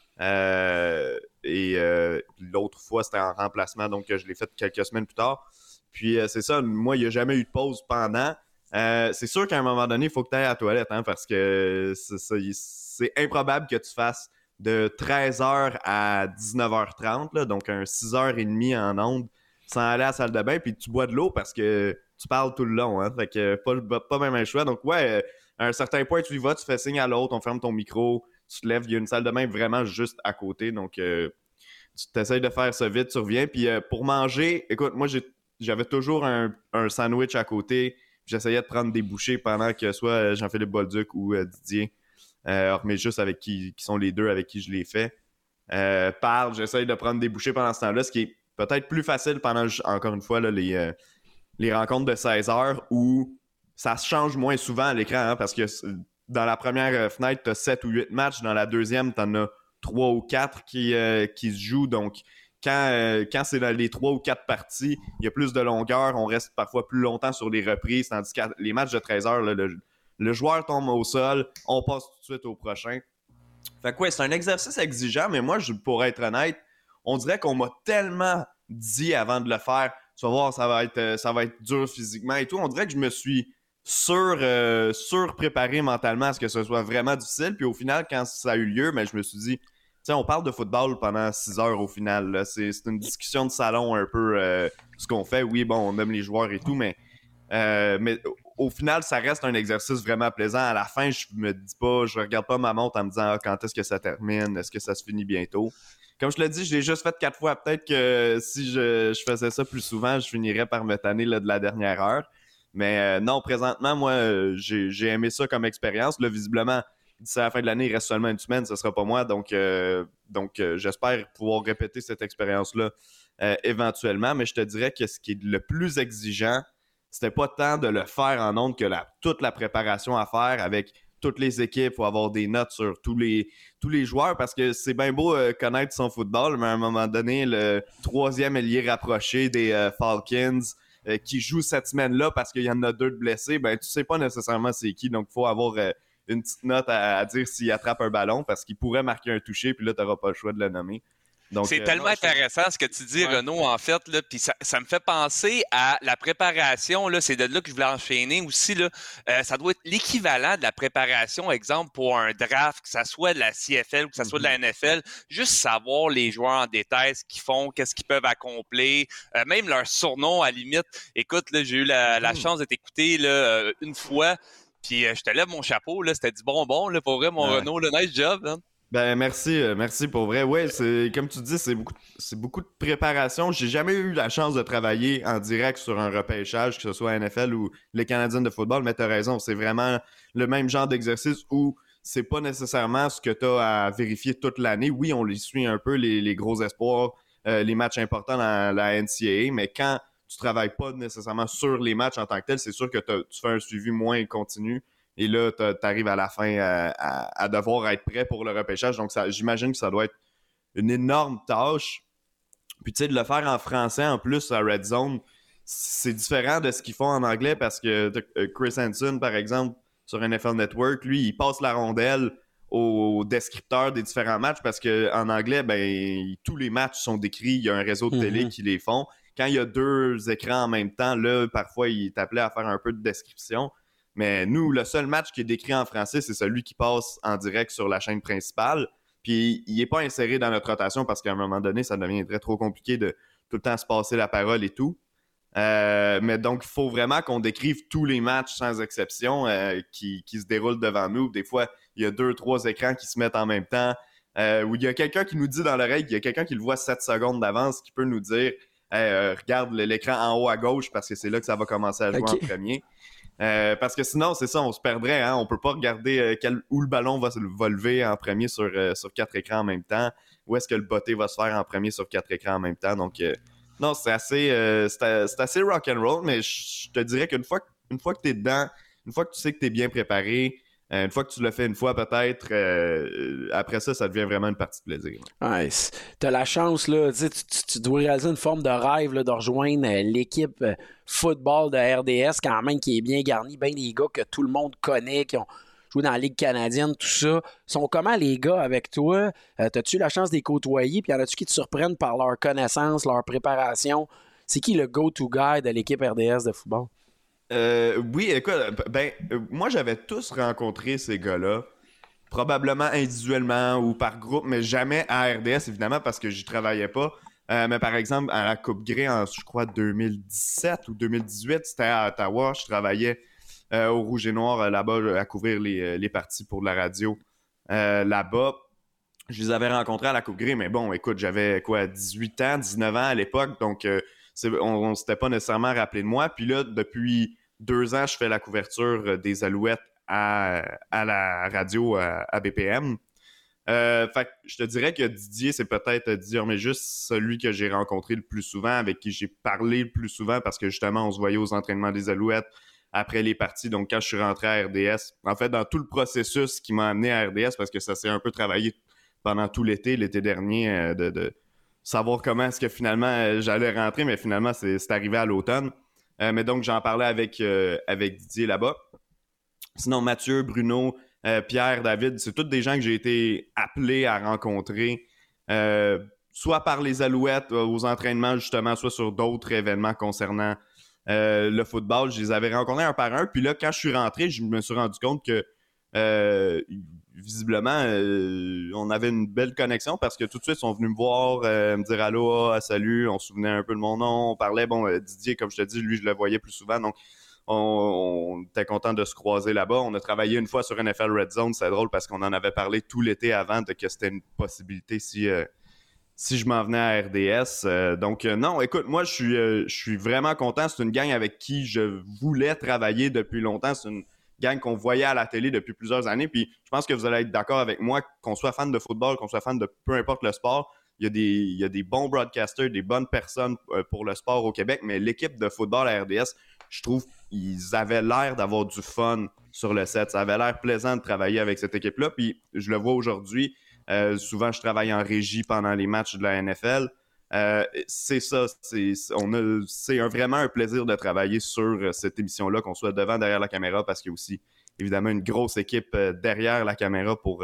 Euh, et euh, l'autre fois, c'était en remplacement, donc je l'ai fait quelques semaines plus tard. Puis euh, c'est ça, moi, il n'y a jamais eu de pause pendant. Euh, c'est sûr qu'à un moment donné, il faut que tu ailles à la toilette, hein, parce que c'est, c'est, c'est improbable que tu fasses de treize heures à dix-neuf heures trente, là, donc un six heures trente en ondes, sans aller à la salle de bain, puis tu bois de l'eau parce que tu parles tout le long, hein, fait que pas, pas même un choix. Donc ouais, à un certain point, tu y vas, tu fais signe à l'autre, on ferme ton micro, tu te lèves, il y a une salle de bain vraiment juste à côté, donc euh, tu t'essayes de faire ça vite, tu reviens, puis euh, pour manger, écoute, moi j'ai, j'avais toujours un, un sandwich à côté, j'essayais de prendre des bouchées pendant que soit Jean-Philippe Bolduc ou euh, Didier, euh, mais juste avec qui, qui sont les deux avec qui je l'ai fait, euh, parle, j'essaye de prendre des bouchées pendant ce temps-là, ce qui est peut-être plus facile pendant, encore une fois, là, les, euh, les rencontres de seize heures où ça se change moins souvent à l'écran, hein, parce que dans la première fenêtre, tu as sept ou huit matchs. Dans la deuxième, tu en as trois ou quatre qui, euh, qui se jouent. Donc, quand, euh, quand c'est dans les trois ou quatre parties, il y a plus de longueur, on reste parfois plus longtemps sur les reprises, tandis que les matchs de treize heures, là, le, le joueur tombe au sol, on passe tout de suite au prochain. Fait que ouais, c'est un exercice exigeant, mais moi, je, pour être honnête, on dirait qu'on m'a tellement dit avant de le faire, tu vas voir, ça va être, ça va être dur physiquement et tout. On dirait que je me suis sur, euh, sur-préparé mentalement à ce que ce soit vraiment difficile. Puis au final, quand ça a eu lieu, ben, je me suis dit, tu sais, on parle de football pendant six heures au final. Là. C'est, c'est une discussion de salon un peu euh, ce qu'on fait. Oui, bon, on aime les joueurs et tout, mais, euh, mais au final, ça reste un exercice vraiment plaisant. À la fin, je me dis pas, je regarde pas ma montre en me disant ah, quand est-ce que ça termine, est-ce que ça se finit bientôt. Comme je te l'ai dit, je l'ai juste fait quatre fois. Peut-être que si je, je faisais ça plus souvent, je finirais par me tanner là, de la dernière heure. Mais euh, non, présentement, moi, euh, j'ai, j'ai aimé ça comme expérience. Là, visiblement, d'ici à la fin de l'année, il reste seulement une semaine, ce sera pas moi. Donc, euh, donc euh, j'espère pouvoir répéter cette expérience-là euh, éventuellement. Mais je te dirais que ce qui est le plus exigeant, c'était pas tant de le faire en ondes que la, toute la préparation à faire avec toutes les équipes, il faut avoir des notes sur tous les, tous les joueurs parce que c'est bien beau euh, connaître son football, mais à un moment donné, le troisième ailier rapproché des euh, Falcons euh, qui joue cette semaine-là parce qu'il y en a deux de blessés, ben tu sais pas nécessairement c'est qui, donc il faut avoir euh, une petite note à, à dire s'il attrape un ballon parce qu'il pourrait marquer un toucher, puis là, tu n'auras pas le choix de le nommer. Donc, c'est euh, tellement non, intéressant ce que tu dis, ouais. Renaud, en fait, là, puis ça, ça me fait penser à la préparation, là, c'est de là que je voulais enchaîner aussi, là, euh, ça doit être l'équivalent de la préparation, exemple, pour un draft, que ça soit de la C F L ou que ça soit de la N F L, juste savoir les joueurs en détail, ce qu'ils font, qu'est-ce qu'ils peuvent accomplir, euh, même leur surnom, à la limite. Écoute, là, j'ai eu la, la chance de t'écouter là, une fois, puis euh, je te lève mon chapeau, là, c'était du bonbon, là, pour vrai, mon ouais. Renaud, le nice job, hein. Ben merci, euh, merci pour vrai. Ouais, c'est comme tu dis, c'est beaucoup, c'est beaucoup de préparation. J'ai jamais eu la chance de travailler en direct sur un repêchage, que ce soit N F L ou les Canadiens de football, mais t'as raison, c'est vraiment le même genre d'exercice où c'est pas nécessairement ce que t'as à vérifier toute l'année. Oui, on les suit un peu, les, les gros espoirs, euh, les matchs importants dans la N C A A, mais quand tu travailles pas nécessairement sur les matchs en tant que tel, c'est sûr que tu fais un suivi moins continu. Et là, tu arrives à la fin à, à, à devoir être prêt pour le repêchage. Donc, ça, j'imagine que ça doit être une énorme tâche. Puis, tu sais, de le faire en français, en plus, à Red Zone, c'est différent de ce qu'ils font en anglais parce que Chris Hansen, par exemple, sur N F L Network, lui, il passe la rondelle au descripteur des différents matchs parce qu'en anglais, ben, tous les matchs sont décrits. Il y a un réseau de télé mm-hmm. qui les font. Quand il y a deux écrans en même temps, là, parfois, il est appelé à faire un peu de description. Mais nous, le seul match qui est décrit en français, c'est celui qui passe en direct sur la chaîne principale. Puis, il n'est pas inséré dans notre rotation parce qu'à un moment donné, ça deviendrait trop compliqué de tout le temps se passer la parole et tout. Euh, mais donc, il faut vraiment qu'on décrive tous les matchs sans exception euh, qui, qui se déroulent devant nous. Des fois, il y a deux, trois écrans qui se mettent en même temps. Euh, où il y a quelqu'un qui nous dit dans l'oreille, il y a quelqu'un qui le voit sept secondes d'avance qui peut nous dire hey, euh, regarde l'écran en haut à gauche parce que c'est là que ça va commencer à jouer okay. en premier. Euh, parce que sinon, c'est ça, on se perdrait. Hein? On peut pas regarder euh, quel, où le ballon va, va lever en premier sur, euh, sur quatre écrans en même temps. Où est-ce que le botté va se faire en premier sur quatre écrans en même temps. Donc, euh, non, c'est assez, euh, c'est, c'est assez rock'n'roll, mais je te dirais qu'une fois, une fois que tu es dedans, une fois que tu sais que tu es bien préparé, euh, une fois que tu l'as fait une fois peut-être, euh, après ça, ça devient vraiment une partie de plaisir. Ouais, t'as la chance, là, tu, tu, tu dois réaliser une forme de rêve là, de rejoindre euh, l'équipe euh, football de R D S, quand même, qui est bien garnie, bien des gars que tout le monde connaît, qui ont joué dans la Ligue canadienne, tout ça. Sont comment les gars avec toi? Euh, t'as-tu eu la chance de les côtoyer? Puis y en a-tu qui te surprennent par leur connaissance, leur préparation? C'est qui le go-to guy de l'équipe R D S de football? Euh, oui, écoute, ben, euh, moi j'avais tous rencontré ces gars-là, probablement individuellement ou par groupe, mais jamais à R D S évidemment parce que j'y travaillais pas. Euh, mais par exemple, à la Coupe Grey en, je crois, deux mille dix-sept ou deux mille dix-huit, c'était à Ottawa, je travaillais euh, au Rouge et Noir euh, là-bas à couvrir les, les parties pour la radio euh, là-bas. Je les avais rencontrés à la Coupe Grey, mais bon, écoute, j'avais quoi, dix-huit ans, dix-neuf ans à l'époque, donc euh, c'est, on ne s'était pas nécessairement rappelé de moi. Puis là, depuis deux ans, je fais la couverture des Alouettes à, à la radio à, à B P M. Euh, fait que je te dirais que Didier, c'est peut-être Didier mais juste celui que j'ai rencontré le plus souvent, avec qui j'ai parlé le plus souvent, parce que justement, on se voyait aux entraînements des Alouettes après les parties. Donc, quand je suis rentré à R D S, en fait, dans tout le processus qui m'a amené à R D S, parce que ça s'est un peu travaillé pendant tout l'été, l'été dernier, euh, de... de savoir comment est-ce que finalement euh, j'allais rentrer, mais finalement, c'est, c'est arrivé à l'automne. Euh, mais donc, j'en parlais avec, euh, avec Didier là-bas. Sinon, Mathieu, Bruno, euh, Pierre, David, c'est tous des gens que j'ai été appelé à rencontrer, euh, soit par les Alouettes euh, aux entraînements, justement, soit sur d'autres événements concernant euh, le football. Je les avais rencontrés un par un. Puis là, quand je suis rentré, je me suis rendu compte que euh, visiblement, euh, on avait une belle connexion parce que tout de suite, ils sont venus me voir, euh, me dire allô, ah, salut, on se souvenait un peu de mon nom, on parlait. Bon, euh, Didier, comme je te dis, lui, je le voyais plus souvent, donc on, on était content de se croiser là-bas. On a travaillé une fois sur N F L Red Zone, c'est drôle parce qu'on en avait parlé tout l'été avant de que c'était une possibilité si, euh, si je m'en venais à R D S. Euh, donc, euh, non, écoute, moi, je suis, euh, je suis vraiment content. C'est une gang avec qui je voulais travailler depuis longtemps. C'est une gang qu'on voyait à la télé depuis plusieurs années. Puis je pense que vous allez être d'accord avec moi, qu'on soit fan de football, qu'on soit fan de peu importe le sport, il y a des, il y a des bons broadcasters, des bonnes personnes pour le sport au Québec, mais l'équipe de football à R D S, je trouve qu'ils avaient l'air d'avoir du fun sur le set. Ça avait l'air plaisant de travailler avec cette équipe-là. Puis je le vois aujourd'hui. Euh, souvent, je travaille en régie pendant les matchs de la N F L. Euh, c'est ça, c'est, on a, c'est un, vraiment un plaisir de travailler sur cette émission-là, qu'on soit devant, derrière la caméra, parce qu'il y a aussi évidemment une grosse équipe derrière la caméra pour,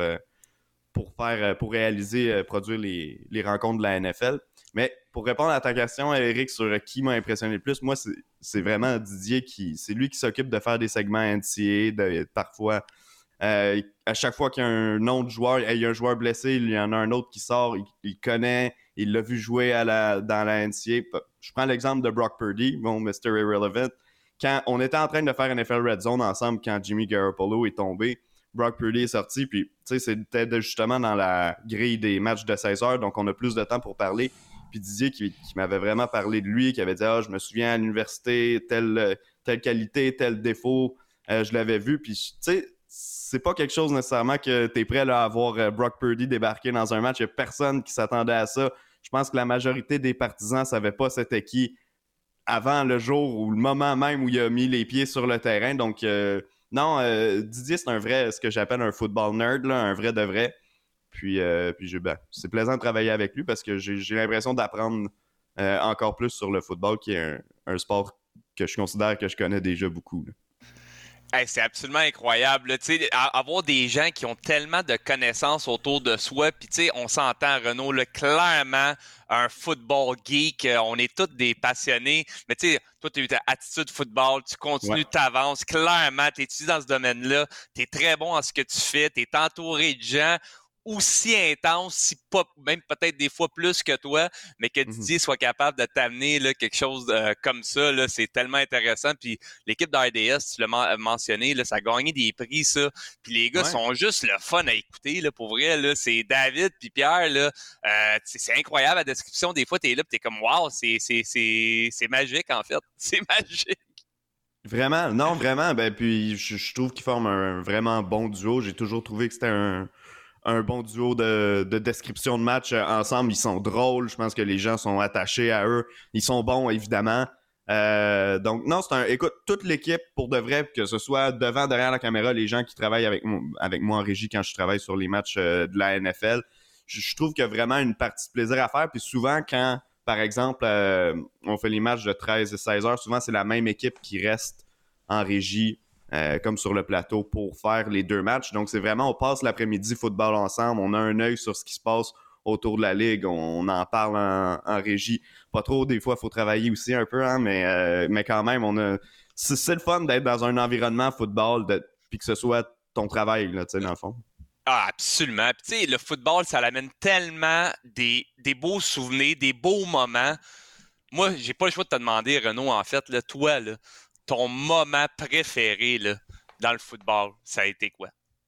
pour, faire, pour réaliser, produire les, les rencontres de la N F L. Mais pour répondre à ta question, Eric, sur qui m'a impressionné le plus, moi, c'est, c'est vraiment Didier qui, c'est lui qui s'occupe de faire des segments N C A A, de, parfois. Euh, à chaque fois qu'il y a un nom de joueur, il y a un joueur blessé, il y en a un autre qui sort, il, il connaît, il l'a vu jouer à la, dans la N C A A. Je prends l'exemple de Brock Purdy, mon mister Irrelevant. Quand on était en train de faire N F L Red Zone ensemble, quand Jimmy Garoppolo est tombé, Brock Purdy est sorti, puis tu sais, c'était justement dans la grille des matchs de seize heures, donc on a plus de temps pour parler. Puis Didier qui, qui m'avait vraiment parlé de lui, qui avait dit « Ah, je me souviens à l'université, telle, telle qualité, tel défaut, euh, je l'avais vu. » Puis tu sais, c'est pas quelque chose nécessairement que t'es prêt là, à voir euh, Brock Purdy débarquer dans un match. Il y a personne qui s'attendait à ça. Je pense que la majorité des partisans savaient pas c'était qui avant le jour ou le moment même où il a mis les pieds sur le terrain. Donc, euh, non, euh, Didier, c'est un vrai, ce que j'appelle un football nerd, là, un vrai de vrai. Puis, euh, puis je, ben, c'est plaisant de travailler avec lui parce que j'ai, j'ai l'impression d'apprendre euh, encore plus sur le football, qui est un, un sport que je considère que je connais déjà beaucoup. Là. Hey, c'est absolument incroyable. Tu sais, avoir des gens qui ont tellement de connaissances autour de soi, puis tu sais, on s'entend, Renaud, là, clairement, un football geek, on est tous des passionnés, mais tu sais, toi, tu as eu ta attitude football, tu continues, ouais. t'avances, clairement, tu es dans ce domaine-là, tu es très bon en ce que tu fais, tu es entouré de gens aussi intense, si pas même peut-être des fois plus que toi, mais que Didier mm-hmm. soit capable de t'amener là, quelque chose euh, comme ça, là, c'est tellement intéressant. Puis l'équipe de R D S, tu l'as men- mentionné, là, ça a gagné des prix, ça. Puis les gars ouais. sont juste le fun à écouter, là, pour vrai. Là, c'est David puis Pierre, là, euh, c'est, c'est incroyable la description. Des fois, t'es là, puis t'es comme wow, c'est, c'est, c'est, c'est magique en fait. C'est magique. Vraiment, non, vraiment. Ben puis je, je trouve qu'ils forment un, un vraiment bon duo. J'ai toujours trouvé que c'était un. un bon duo de, de description de match euh, ensemble. Ils sont drôles. Je pense que les gens sont attachés à eux. Ils sont bons, évidemment. Euh, donc, non, c'est un... Écoute, toute l'équipe, pour de vrai, que ce soit devant, derrière la caméra, les gens qui travaillent avec, moi, avec moi en régie quand je travaille sur les matchs euh, de la N F L, je, je trouve qu'il y a vraiment une partie de plaisir à faire. Puis souvent, quand, par exemple, euh, on fait les matchs de treize et seize heures, souvent, c'est la même équipe qui reste en régie Euh, comme sur le plateau pour faire les deux matchs. Donc, c'est vraiment, on passe l'après-midi football ensemble, on a un œil sur ce qui se passe autour de la ligue, on, on en parle en, en régie. Pas trop, des fois, il faut travailler aussi un peu, hein, mais, euh, mais quand même, on a c'est, c'est le fun d'être dans un environnement football, de, puis que ce soit ton travail, là, tu sais, dans le fond. Ah, absolument. Puis, tu sais, le football, ça l'amène tellement des, des beaux souvenirs, des beaux moments. Moi, j'ai pas le choix de te demander, Renaud, en fait, là, toi, là, ton moment préféré là, dans le football, ça a été quoi?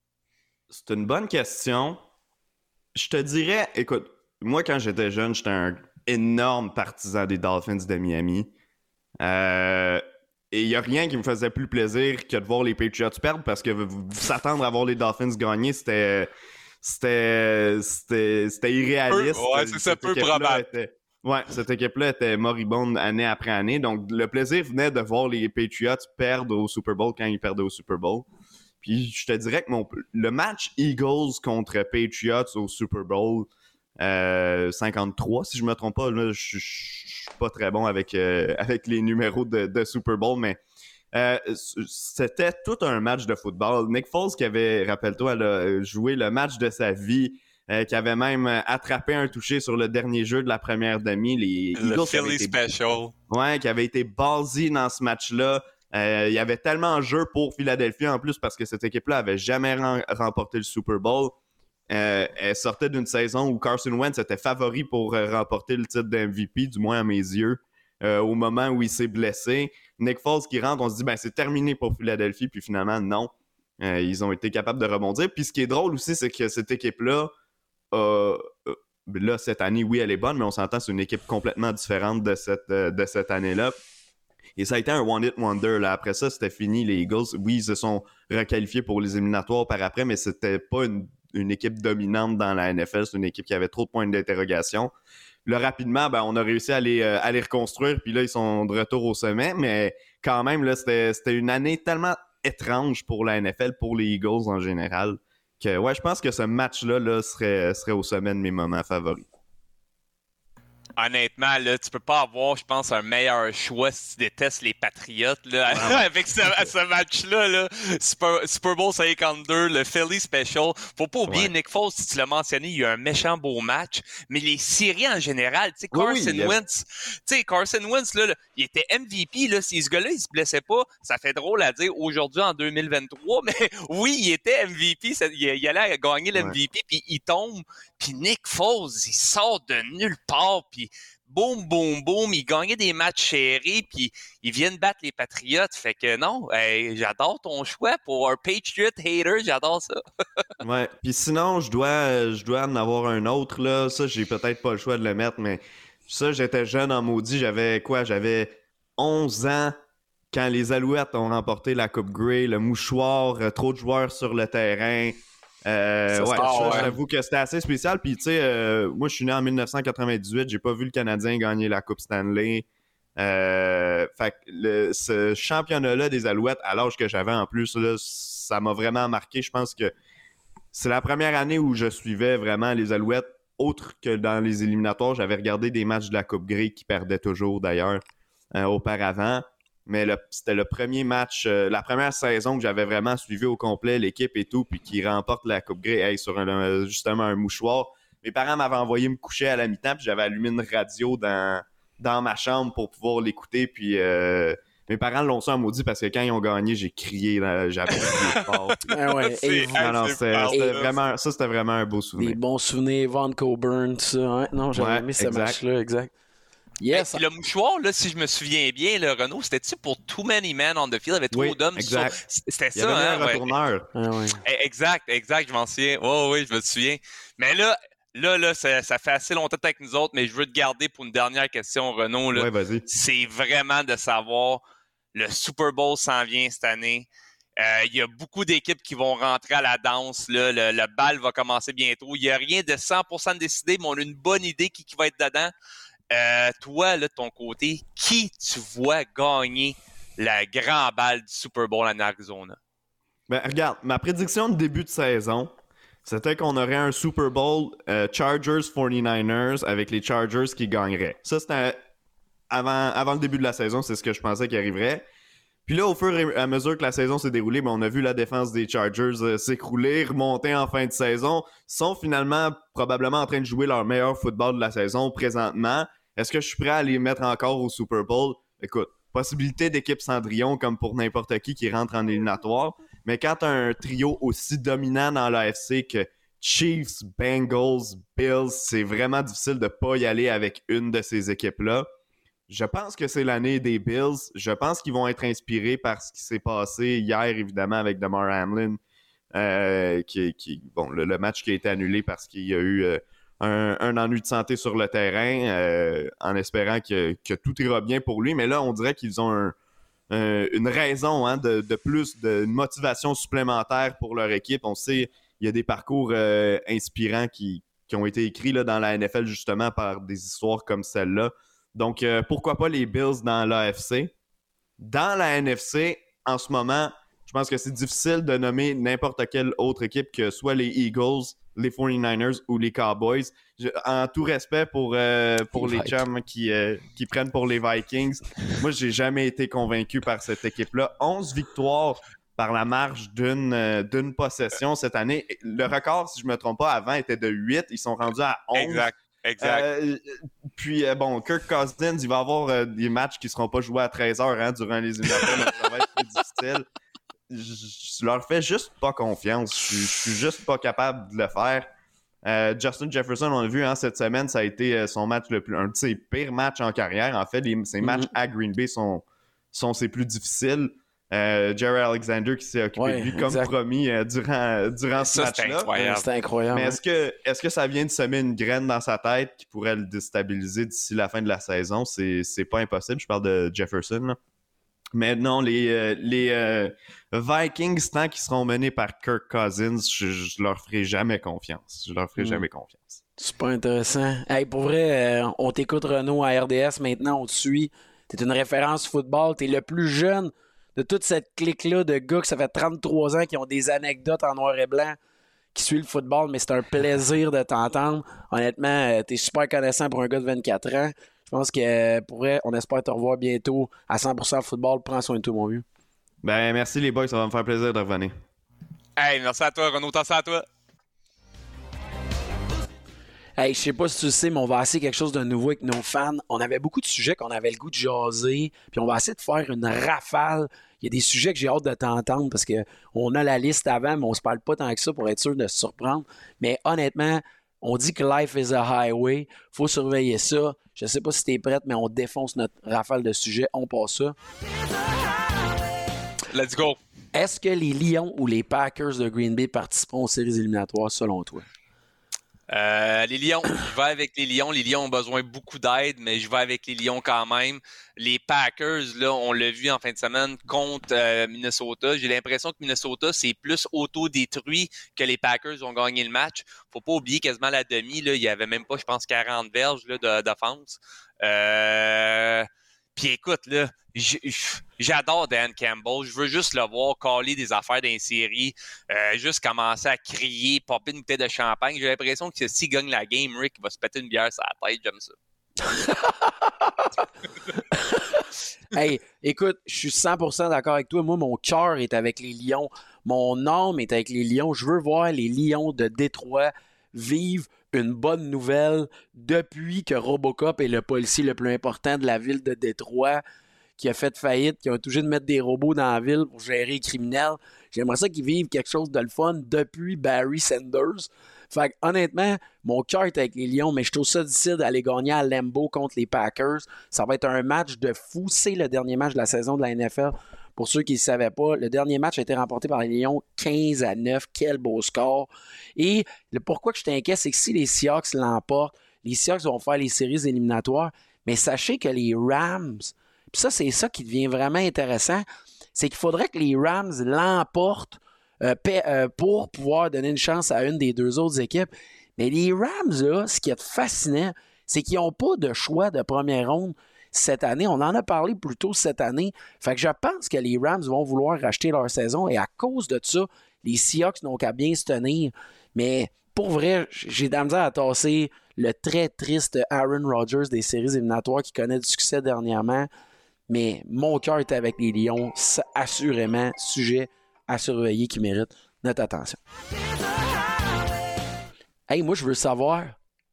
C'est une bonne question. Je te dirais, écoute, moi quand j'étais jeune, j'étais un énorme partisan des Dolphins de Miami. Euh, et il n'y a rien qui me faisait plus plaisir que de voir les Patriots perdre parce que s'attendre à voir les Dolphins gagner, c'était c'était c'était, c'était irréaliste. Peu, ouais, c'est ça, peu probable. Était... Ouais, cette équipe-là était moribonde année après année. Donc, le plaisir venait de voir les Patriots perdre au Super Bowl quand ils perdaient au Super Bowl. Puis, je te dirais que mon, le match Eagles contre Patriots au Super Bowl, Euh, cinquante-trois, si je me trompe pas. Là, je suis pas très bon avec, euh, avec les numéros de, de Super Bowl, mais euh, c'était tout un match de football. Nick Foles qui avait, rappelle-toi, là, joué le match de sa vie, euh, qui avait même attrapé un touché sur le dernier jeu de la première demi. Les le Eagles Philly été... Special. Ouais, qui avait été ballsy dans ce match-là. Euh, il y avait tellement de jeu pour Philadelphie en plus parce que cette équipe-là avait jamais rem- remporté le Super Bowl. Euh, elle sortait d'une saison où Carson Wentz était favori pour euh, remporter le titre de M V P, du moins à mes yeux, euh, au moment où il s'est blessé. Nick Foles qui rentre, on se dit ben c'est terminé pour Philadelphie, puis finalement non. Euh, ils ont été capables de rebondir. Puis ce qui est drôle aussi, c'est que cette équipe-là, euh, euh, là cette année, oui, elle est bonne, mais on s'entend c'est une équipe complètement différente de cette, euh, de cette année-là. Et ça a été un one-hit wonder. Là. Après ça, c'était fini. Les Eagles, oui, ils se sont requalifiés pour les éliminatoires par après, mais c'était pas une, une équipe dominante dans la N F L. C'est une équipe qui avait trop de points d'interrogation. Là, rapidement, ben, on a réussi à les, euh, à les reconstruire, puis là, ils sont de retour au sommet, mais quand même, là, c'était, c'était une année tellement étrange pour la N F L, pour les Eagles en général, que ouais, je pense que ce match-là là, serait, serait au sommet de mes moments favoris. Honnêtement, là, tu peux pas avoir, je pense, un meilleur choix si tu détestes les Patriotes là, Ouais. avec ce, ce match-là. Là. Super, Super Bowl cinquante-deux, le Philly Special. Faut pas oublier, Ouais. Nick Foles, si tu l'as mentionné, il y a eu un méchant beau match. Mais les séries en général, tu sais, Oui, Carson oui, il y a- Wentz, tu sais, Carson Wentz, là, là, il était M V P. Là, si ce gars-là, il se blessait pas, ça fait drôle à dire aujourd'hui en deux mille vingt-trois, mais oui, il était M V P. Ça, il, il allait gagner le Ouais. M V P, puis il tombe. Puis Nick Foles, il sort de nulle part, puis boum, boum, boum, ils gagnaient des matchs serrés, puis ils viennent battre les Patriotes. Fait que non, hey, j'adore ton choix pour un Patriot hater, j'adore ça. Ouais, puis sinon, je dois, je dois en avoir un autre, là. Ça, j'ai peut-être pas le choix de le mettre, mais ça, j'étais jeune en maudit. J'avais quoi? J'avais onze ans quand les Alouettes ont remporté la Coupe Grey, le mouchoir, euh, trop de joueurs sur le terrain. Euh, Ça, ouais, c'est- ah, ça, ouais. j'avoue que c'était assez spécial. Puis, tu sais, euh, moi, je suis né en dix-neuf cent quatre-vingt-dix-huit. J'ai pas vu le Canadien gagner la Coupe Stanley. Euh, fait que le, ce championnat-là des Alouettes, à l'âge que j'avais en plus, là, ça m'a vraiment marqué. Je pense que c'est la première année où je suivais vraiment les Alouettes, autre que dans les éliminatoires. J'avais regardé des matchs de la Coupe Grey qui perdaient toujours, d'ailleurs, euh, auparavant. Mais le, c'était le premier match, euh, la première saison que j'avais vraiment suivi au complet, l'équipe et tout, puis qui remporte la Coupe Grey hey, sur un, un- justement un mouchoir. Mes parents m'avaient envoyé me coucher à la mi-temps, puis j'avais allumé une radio dans, dans ma chambre pour pouvoir l'écouter. Puis euh, mes parents l'ont su en maudit parce que quand ils ont gagné, j'ai crié, là, j'avais crié fort. Puis- Ah ouais, C'est- et Ah, non, non, c'est c'était, fort, c'était ça. vraiment, ça, c'était vraiment un beau des souvenir. bons souvenirs, Von Coburn, tout ça. Hein? Non, j'avais Ouais, aimé ce exact. match-là, exact. Hey, Yes. puis le mouchoir, là, si je me souviens bien, le Renault, c'était-tu pour Too Many Men on the Field? Il y avait trop Oui, d'hommes exact. sur... C'était Il y ça, avait hein? un Ouais. retourneur. Ah ouais. Eh, Exact, exact, je m'en souviens. Oh, oui, je me souviens. Mais là, là, là, ça, ça fait assez longtemps avec nous autres, mais je veux te garder pour une dernière question, Renaud. Là. Ouais, vas-y. C'est vraiment de savoir, le Super Bowl s'en vient cette année. Euh, Il y a beaucoup d'équipes qui vont rentrer à la danse. Là. Le, le bal va commencer bientôt. Il n'y a rien de cent pour cent décidé, mais on a une bonne idée qui, qui va être dedans. Euh, toi, là, de ton côté, qui tu vois gagner la grand balle du Super Bowl en Arizona? Ben, regarde, ma prédiction de début de saison, c'était qu'on aurait un Super Bowl euh, Chargers forty-niners avec les Chargers qui gagneraient. Ça, c'était avant, avant le début de la saison, c'est ce que je pensais qui arriverait. Puis là, au fur et à mesure que la saison s'est déroulée, ben, on a vu la défense des Chargers euh, s'écrouler, remonter en fin de saison. Ils sont finalement probablement en train de jouer leur meilleur football de la saison présentement. Est-ce que je suis prêt à les mettre encore au Super Bowl? Écoute, possibilité d'équipe Cendrillon comme pour n'importe qui qui rentre en éliminatoire. Mais quand tu as un trio aussi dominant dans l'A F C que Chiefs, Bengals, Bills, c'est vraiment difficile de pas y aller avec une de ces équipes-là. Je pense que c'est l'année des Bills. Je pense qu'ils vont être inspirés par ce qui s'est passé hier, évidemment, avec Damar Hamlin. Euh, qui, qui, bon, le, le match qui a été annulé parce qu'il y a eu euh, un, un ennui de santé sur le terrain, euh, en espérant que, que tout ira bien pour lui. Mais là, on dirait qu'ils ont un, un, une raison hein, de, de plus, de, une motivation supplémentaire pour leur équipe. On sait il y a des parcours euh, inspirants qui, qui ont été écrits là, dans la N F L justement par des histoires comme celle-là. Donc, euh, pourquoi pas les Bills dans l'A F C? Dans la N F C, en ce moment, Je pense que c'est difficile de nommer n'importe quelle autre équipe que soit les Eagles, les forty-niners ou les Cowboys. Je, en tout respect pour, euh, pour les, les chums qui, euh, qui prennent pour les Vikings, moi, j'ai jamais été convaincu par cette équipe-là. onze victoires par la marge d'une, euh, d'une possession cette année. Le record, si je me trompe pas, avant était de huit. Ils sont rendus à onze. Exact. Exact. Euh, puis, euh, bon, Kirk Cousins, il va avoir euh, des matchs qui seront pas joués à treize heures hein, durant les éliminatoires, donc ça va être plus difficile. Je, je leur fais juste pas confiance. Je, je suis juste pas capable de le faire. Euh, Justin Jefferson, on a vu hein, cette semaine, ça a été euh, son match le plus, un de ses pires matchs en carrière. En fait, les, ses mm-hmm. matchs à Green Bay sont, sont ses plus difficiles. Euh, Jerry Alexander qui s'est occupé ouais, de lui comme exact. promis euh, durant, durant ce ça, match-là. Incroyable. C'était incroyable. Mais est-ce que, est-ce que ça vient de semer une graine dans sa tête qui pourrait le déstabiliser d'ici la fin de la saison? C'est, c'est pas impossible. Je parle de Jefferson. Là. Mais non, les, euh, les euh, Vikings, tant qu'ils seront menés par Kirk Cousins, je, je leur ferai jamais confiance. Je leur ferai mmh. jamais confiance. Super intéressant. Hey, pour vrai, euh, on t'écoute, Renaud, à R D S maintenant, on te suit. T'es une référence football. T'es le plus jeune de toute cette clique-là de gars que ça fait trente-trois ans qui ont des anecdotes en noir et blanc, qui suivent le football, mais c'est un plaisir de t'entendre. Honnêtement, t'es super connaissant pour un gars de vingt-quatre ans. Je pense que pour vrai, on espère te revoir bientôt à cent pour cent football. Prends soin de toi, mon vieux. Ben, merci les boys, ça va me faire plaisir de revenir. Hey, merci à toi, Renaud, merci à toi. Hey, je sais pas si tu le sais, mais on va essayer quelque chose de nouveau avec nos fans. On avait beaucoup de sujets qu'on avait le goût de jaser, puis on va essayer de faire une rafale. Il y a des sujets que j'ai hâte de t'entendre parce qu'on a la liste avant, mais on se parle pas tant que ça pour être sûr de se surprendre. Mais honnêtement, on dit que life is a highway. Faut surveiller ça. Je sais pas si t'es prête, mais on défonce notre rafale de sujets. On passe ça. Let's go. Est-ce que les Lions ou les Packers de Green Bay participeront aux séries éliminatoires selon toi? Euh, les Lions, je vais avec les Lions. Les Lions ont besoin beaucoup d'aide, mais je vais avec les Lions quand même. Les Packers, là, on l'a vu en fin de semaine contre euh, Minnesota. J'ai l'impression que Minnesota, c'est plus auto-détruit que les Packers ont gagné le match. Faut pas oublier quasiment la demi, là, il y avait même pas, je pense, quarante verges là, de, d'offense. Euh... Puis écoute, là, j'adore Dan Campbell. Je veux juste le voir caler des affaires dans les séries, euh, juste commencer à crier, popper une bouteille de champagne. J'ai l'impression que s'il gagne la game, Rick va se péter une bière sur la tête. J'aime ça. Hey, écoute, je suis cent pour cent d'accord avec toi. Moi, mon cœur est avec les Lions. Mon âme est avec les Lions. Je veux voir les Lions de Détroit vivre une bonne nouvelle depuis que Robocop est le policier le plus important de la ville de Détroit, qui a fait faillite, qui a obligé de mettre des robots dans la ville pour gérer les criminels. J'aimerais ça qu'ils vivent quelque chose de le fun depuis Barry Sanders. Fait que, honnêtement, mon cœur est avec les Lions, mais je trouve ça difficile d'aller gagner à Lambeau contre les Packers. Ça va être un match de fou. C'est le dernier match de la saison de la N F L. Pour ceux qui ne le savaient pas, le dernier match a été remporté par les Lions quinze à neuf. Quel beau score. Et le pourquoi que je t'inquiète, c'est que si les Seahawks l'emportent, les Seahawks vont faire les séries éliminatoires. Mais sachez que les Rams, puis ça, c'est ça qui devient vraiment intéressant, c'est qu'il faudrait que les Rams l'emportent euh, euh, pour pouvoir donner une chance à une des deux autres équipes. Mais les Rams, là, ce qui est fascinant, c'est qu'ils n'ont pas de choix de première ronde cette année. On en a parlé plus tôt cette année. Fait que je pense que les Rams vont vouloir racheter leur saison et à cause de ça, les Seahawks n'ont qu'à bien se tenir. Mais pour vrai, j'ai de la misère à tasser le très triste Aaron Rodgers des séries éliminatoires qui connaît du succès dernièrement. Mais mon cœur est avec les Lions. C'est assurément sujet à surveiller qui mérite notre attention. Hey, moi, je veux savoir,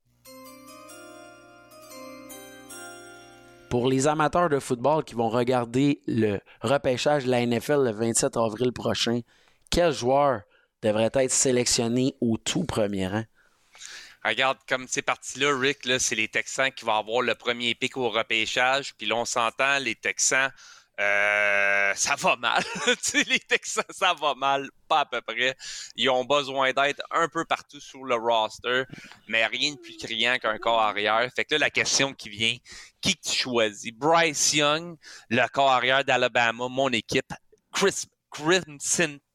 pour les amateurs de football qui vont regarder le repêchage de la N F L le vingt-sept avril prochain, quel joueur devrait être sélectionné au tout premier rang? Regarde, comme c'est parti là, Rick, là, c'est les Texans qui vont avoir le premier pick au repêchage. Puis là, on s'entend, les Texans, euh, ça va mal. Les Texans, ça va mal, pas à peu près. Ils ont besoin d'être un peu partout sur le roster, mais rien de plus criant qu'un corps arrière. Fait que là, la question qui vient, qui tu choisis? Bryce Young, le corps arrière d'Alabama, mon équipe, Chris Crimson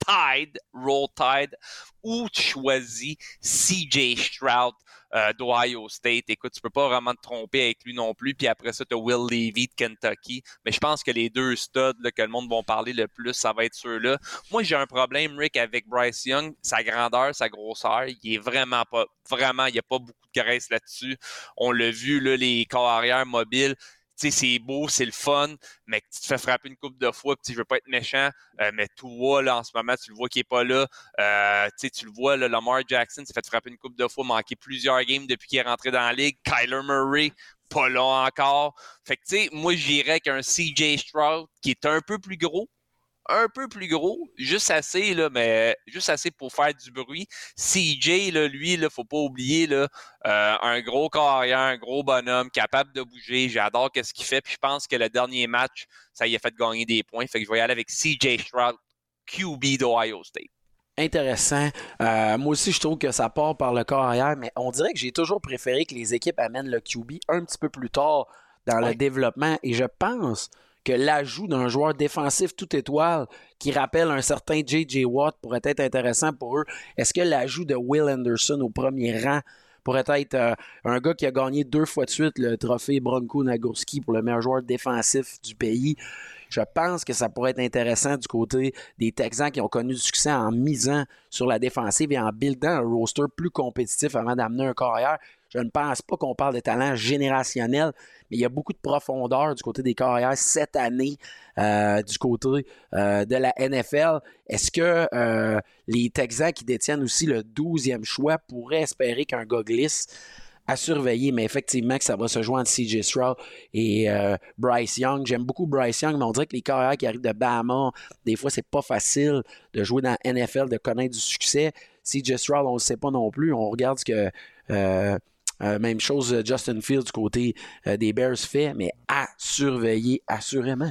Tide, Roll Tide, ou tu choisis C J Stroud euh, d'Ohio State. Écoute, tu peux pas vraiment te tromper avec lui non plus. Puis après ça, tu as Will Levis de Kentucky. Mais je pense que les deux studs là, que le monde va parler le plus, ça va être ceux-là. Moi, j'ai un problème, Rick, avec Bryce Young. Sa grandeur, sa grosseur, il est vraiment pas... Vraiment, il n'y a pas beaucoup de graisse là-dessus. On l'a vu, là, les corps arrière mobiles. Tu sais, c'est beau, c'est le fun, mais tu te fais frapper une couple de fois, puis je veux pas être méchant, euh, mais toi, là, en ce moment, tu le vois qu'il est pas là. Euh, tu sais, tu le vois, là, Lamar Jackson s'est fait frapper une couple de fois, manqué plusieurs games depuis qu'il est rentré dans la ligue. Kyler Murray, pas là encore. Fait que, tu sais, moi, j'irais avec un C J Stroud qui est un peu plus gros, un peu plus gros, juste assez, là, mais juste assez pour faire du bruit. C J, là, lui, là, faut pas oublier, là, euh, un gros carrière, un gros bonhomme, capable de bouger. J'adore ce qu'il fait, puis je pense que le dernier match, ça y a fait gagner des points. Fait que je vais y aller avec C J Stroud, Q B d'Ohio State. Intéressant. Euh, moi aussi, je trouve que ça part par le corps arrière, mais on dirait que j'ai toujours préféré que les équipes amènent le Q B un petit peu plus tard dans ouais. le développement, et je pense que l'ajout d'un joueur défensif tout étoile qui rappelle un certain J J Watt pourrait être intéressant pour eux. Est-ce que l'ajout de Will Anderson au premier rang pourrait être euh, un gars qui a gagné deux fois de suite le trophée Bronco Nagurski pour le meilleur joueur défensif du pays? Je pense que ça pourrait être intéressant du côté des Texans qui ont connu du succès en misant sur la défensive et en buildant un roster plus compétitif avant d'amener un carrière. Je ne pense pas qu'on parle de talent générationnel, mais il y a beaucoup de profondeur du côté des carrières cette année euh, du côté euh, de la N F L. Est-ce que euh, les Texans qui détiennent aussi le douzième choix pourraient espérer qu'un gars glisse? À surveiller, mais effectivement que ça va se jouer entre C J Stroud et euh, Bryce Young. J'aime beaucoup Bryce Young, mais on dirait que les carrières qui arrivent de Bama, des fois, c'est pas facile de jouer dans la N F L, de connaître du succès. C J Stroud, on ne le sait pas non plus. On regarde ce que... Euh, Euh, même chose Justin Fields du côté euh, des Bears fait, mais à surveiller assurément.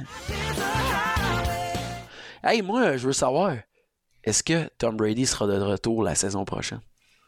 Hey, moi, je veux savoir, est-ce que Tom Brady sera de retour la saison prochaine?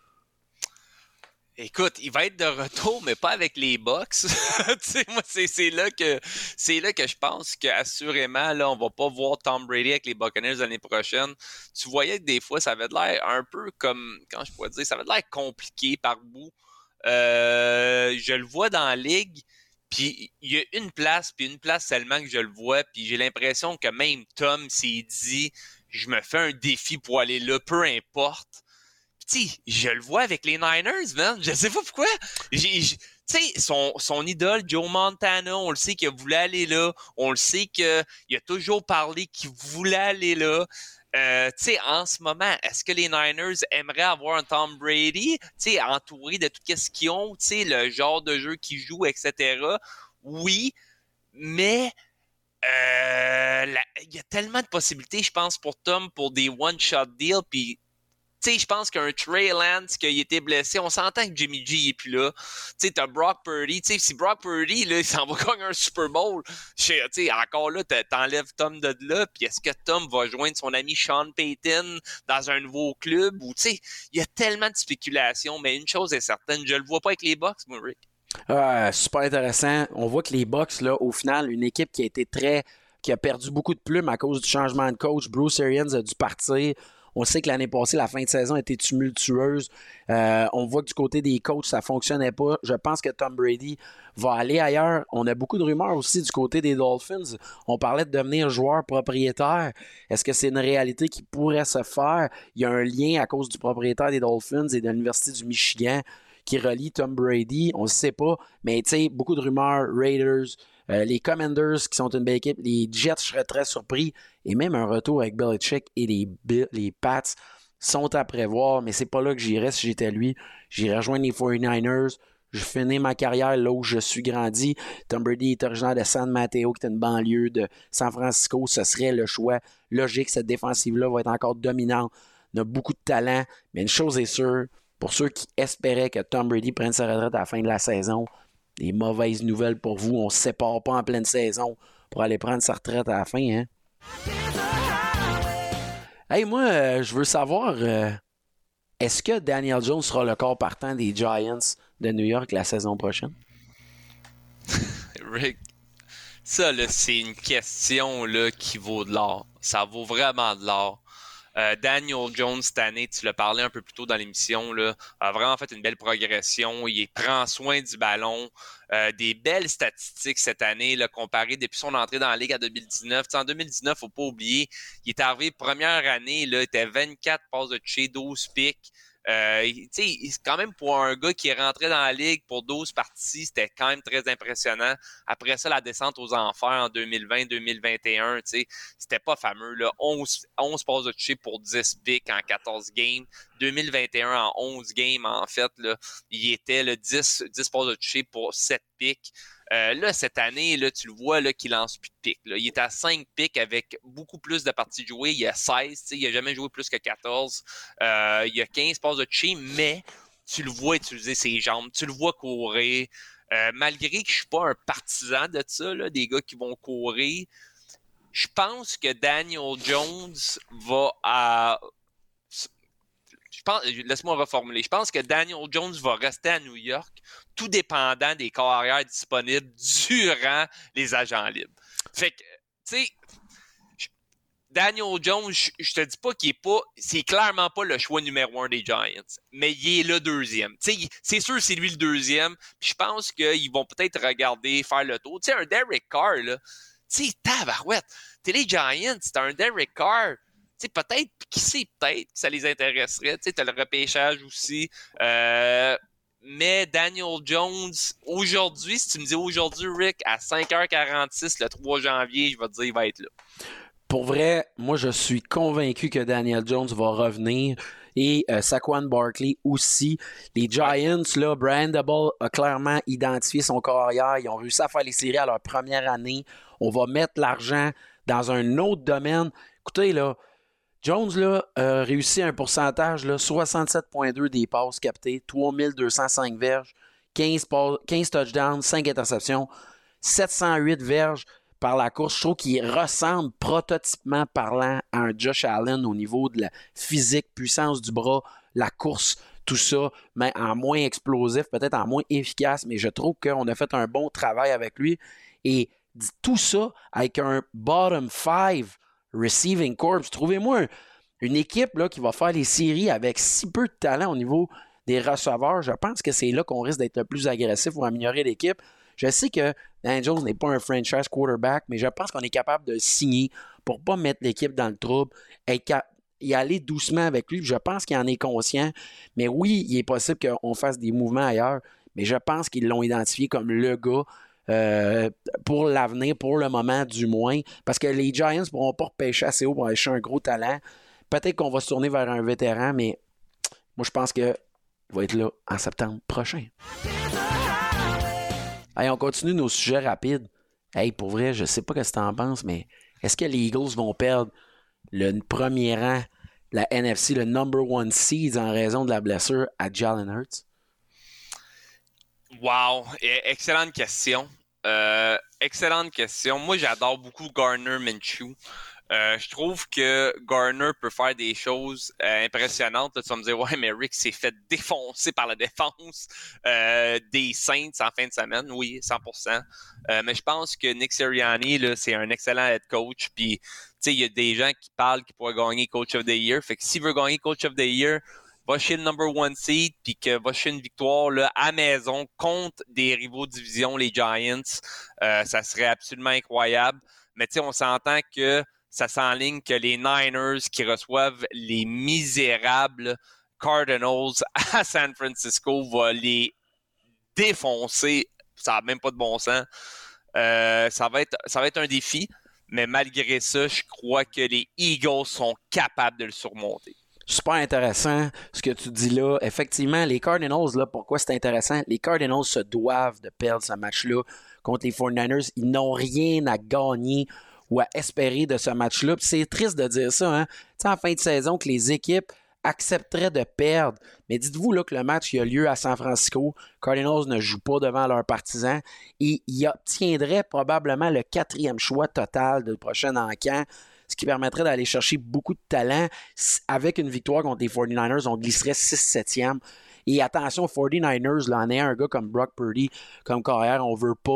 Écoute, il va être de retour, mais pas avec les Bucs. moi, c'est, c'est là que c'est là que je pense qu'assurément, là, on va pas voir Tom Brady avec les Buccaneers l'année prochaine. Tu voyais que des fois, ça avait l'air un peu comme, comment je pourrais dire, ça avait l'air compliqué par bout. Euh, je le vois dans la ligue, puis il y a une place, puis une place seulement que je le vois, puis j'ai l'impression que même Tom s'est dit, je me fais un défi pour aller là, peu importe. Puis je le vois avec les Niners, man, je sais pas pourquoi. J'ai, j'ai, tu sais, son, son idole, Joe Montana, on le sait qu'il voulait aller là, on le sait qu'il a toujours parlé qu'il voulait aller là. Euh, tu sais, en ce moment, est-ce que les Niners aimeraient avoir un Tom Brady, tu sais, entouré de tout ce qu'ils ont, tu sais, le genre de jeu qu'ils jouent, et cetera. Oui, mais euh, il y a tellement de possibilités, je pense, pour Tom, pour des one-shot deals, puis tu sais, je pense qu'un Trey Lance qui a été blessé, on s'entend que Jimmy G est plus là. Tu sais, t'as Brock Purdy. Tu sais, si Brock Purdy, là, il s'en va gagner un Super Bowl, tu sais, encore là, t'enlèves Tom de là, puis est-ce que Tom va joindre son ami Sean Payton dans un nouveau club? Ou, tu sais, il y a tellement de spéculations, mais une chose est certaine, je le vois pas avec les Bucs, moi, Rick. Euh, super intéressant. On voit que les Bucs, là, au final, une équipe qui a été très... qui a perdu beaucoup de plumes à cause du changement de coach. Bruce Arians a dû partir. On sait que l'année passée, la fin de saison a été tumultueuse. Euh, on voit que du côté des coachs, ça ne fonctionnait pas. Je pense que Tom Brady va aller ailleurs. On a beaucoup de rumeurs aussi du côté des Dolphins. On parlait de devenir joueur propriétaire. Est-ce que c'est une réalité qui pourrait se faire? Il y a un lien à cause du propriétaire des Dolphins et de l'Université du Michigan qui relie Tom Brady. On ne sait pas. Mais tu sais, beaucoup de rumeurs. Raiders, euh, les Commanders qui sont une belle équipe. Les Jets, je serais très surpris. Et même un retour avec Belichick et les, les Pats sont à prévoir, mais c'est pas là que j'irais si j'étais lui. J'irais rejoindre les forty-niners. Je finis ma carrière là où je suis grandi. Tom Brady est originaire de San Mateo, qui est une banlieue de San Francisco. Ce serait le choix logique. Cette défensive-là va être encore dominante. On a beaucoup de talent, mais une chose est sûre, pour ceux qui espéraient que Tom Brady prenne sa retraite à la fin de la saison, des mauvaises nouvelles pour vous. On ne se sépare pas en pleine saison pour aller prendre sa retraite à la fin, hein? Hey, moi, euh, je veux savoir, euh, est-ce que Daniel Jones sera le corps partant des Giants de New York la saison prochaine? Rick, ça, là, c'est une question là, qui vaut de l'or. Ça vaut vraiment de l'or. Euh, Daniel Jones, cette année, tu l'as parlé un peu plus tôt dans l'émission, là, a vraiment fait une belle progression. Il prend soin du ballon. Euh, des belles statistiques cette année, là, comparées depuis son entrée dans la Ligue en deux mille dix-neuf. T'sais, en deux mille dix-neuf, faut pas oublier, il est arrivé première année, là, il était vingt-quatre passes de toucher, douze picks. Euh, c'est quand même pour un gars qui est rentré dans la ligue pour douze parties, c'était quand même très impressionnant. Après ça, la descente aux enfers en deux mille vingt deux mille vingt et un, c'était pas fameux. Là. onze, onze passes de toucher pour dix picks en quatorze games. deux mille vingt et un en onze games, en fait, là, il était là, dix, dix passes de toucher pour sept picks. Euh, là, cette année, là, tu le vois là, qu'il lance plus de pics. Là. Il est à cinq pics avec beaucoup plus de parties jouées. Il y a seize, il n'a jamais joué plus que quatorze. Euh, il y a quinze passes de toucher, mais tu le vois utiliser ses jambes, tu le vois courir. Euh, malgré que je ne suis pas un partisan de ça, là, des gars qui vont courir, je pense que Daniel Jones va à... Je pense, laisse-moi reformuler. Je pense que Daniel Jones va rester à New York, tout dépendant des carrières disponibles durant les agents libres. Fait que, tu sais, Daniel Jones, je, je te dis pas qu'il est pas, c'est clairement pas le choix numéro un des Giants, mais il est le deuxième. Tu sais, c'est sûr c'est lui le deuxième. Puis je pense qu'ils vont peut-être regarder, faire le tour. Tu sais, un Derek Carr là, tu sais, tabarouette. T'es les Giants, c'est un Derek Carr. Tu sais, peut-être, qui sait, peut-être que ça les intéresserait. Tu sais, t'as le repêchage aussi. Euh, mais Daniel Jones, aujourd'hui, si tu me dis aujourd'hui, Rick, à cinq heures quarante-six, le trois janvier, je vais te dire, il va être là. Pour vrai, moi, je suis convaincu que Daniel Jones va revenir. Et euh, Saquon Barkley aussi. Les Giants, là, Brian Daboll a clairement identifié son carrière. Ils ont réussi à faire les séries à leur première année. On va mettre l'argent dans un autre domaine. Écoutez, là, Jones là, a réussi un pourcentage là, soixante-sept virgule deux des passes captées, trois mille deux cent cinq verges, quinze, passes, quinze touchdowns, cinq interceptions, sept cent huit verges par la course. Je trouve qu'il ressemble prototypement parlant à un Josh Allen au niveau de la physique, puissance du bras, la course, tout ça, mais en moins explosif, peut-être en moins efficace, mais je trouve qu'on a fait un bon travail avec lui. Et tout ça avec un bottom five receiving corps. Trouvez-moi un, une équipe là, qui va faire les séries avec si peu de talent au niveau des receveurs. Je pense que c'est là qu'on risque d'être le plus agressif pour améliorer l'équipe. Je sais que Dan Jones n'est pas un franchise quarterback, mais je pense qu'on est capable de le signer pour ne pas mettre l'équipe dans le trouble, être cap- y aller doucement avec lui. Je pense qu'il en est conscient. Mais oui, il est possible qu'on fasse des mouvements ailleurs, mais je pense qu'ils l'ont identifié comme le gars Euh, pour l'avenir, pour le moment du moins, parce que les Giants ne pourront pas repêcher assez haut pour aller chercher un gros talent. Peut-être qu'on va se tourner vers un vétéran, mais moi je pense qu'il va être là en septembre prochain. Hey, on continue nos sujets rapides. Hey, pour vrai, je sais pas ce que tu en penses, mais est-ce que les Eagles vont perdre le premier rang, la N F C, le number one seed en raison de la blessure à Jalen Hurts? Wow, excellente question. Euh, excellente question. Moi, j'adore beaucoup Gardner Minshew. Euh, je trouve que Gardner peut faire des choses euh, impressionnantes. Là, tu vas me dire, ouais, mais Rick s'est fait défoncer par la défense euh, des Saints en fin de semaine. Oui, cent pour cent. Euh, mais je pense que Nick Sirianni, là, c'est un excellent head coach. Puis, tu sais, il y a des gens qui parlent qu'il pourrait gagner Coach of the Year. Fait que s'il veut gagner Coach of the Year, va chez le number one seed, puis que va chez une victoire là, à maison contre des rivaux de division, les Giants, euh, ça serait absolument incroyable. Mais tu sais, on s'entend que ça s'enligne que les Niners qui reçoivent les misérables Cardinals à San Francisco vont les défoncer. Ça n'a même pas de bon sens. Euh, ça va être, ça va être un défi, mais malgré ça, je crois que les Eagles sont capables de le surmonter. Super intéressant ce que tu dis là. Effectivement, les Cardinals, là, pourquoi c'est intéressant? Les Cardinals se doivent de perdre ce match-là contre les forty-niners. Ils n'ont rien à gagner ou à espérer de ce match-là. Puis c'est triste de dire ça, hein? Tu sais, en fin de saison, que les équipes accepteraient de perdre. Mais dites-vous là que le match il a lieu à San Francisco. Cardinals ne jouent pas devant leurs partisans. Et ils obtiendraient probablement le quatrième choix total de prochain encamp, ce qui permettrait d'aller chercher beaucoup de talent. Avec une victoire contre les forty-niners, on glisserait six septième. Et attention, forty-niners, là, en ayant un gars comme Brock Purdy comme carrière, on veut pas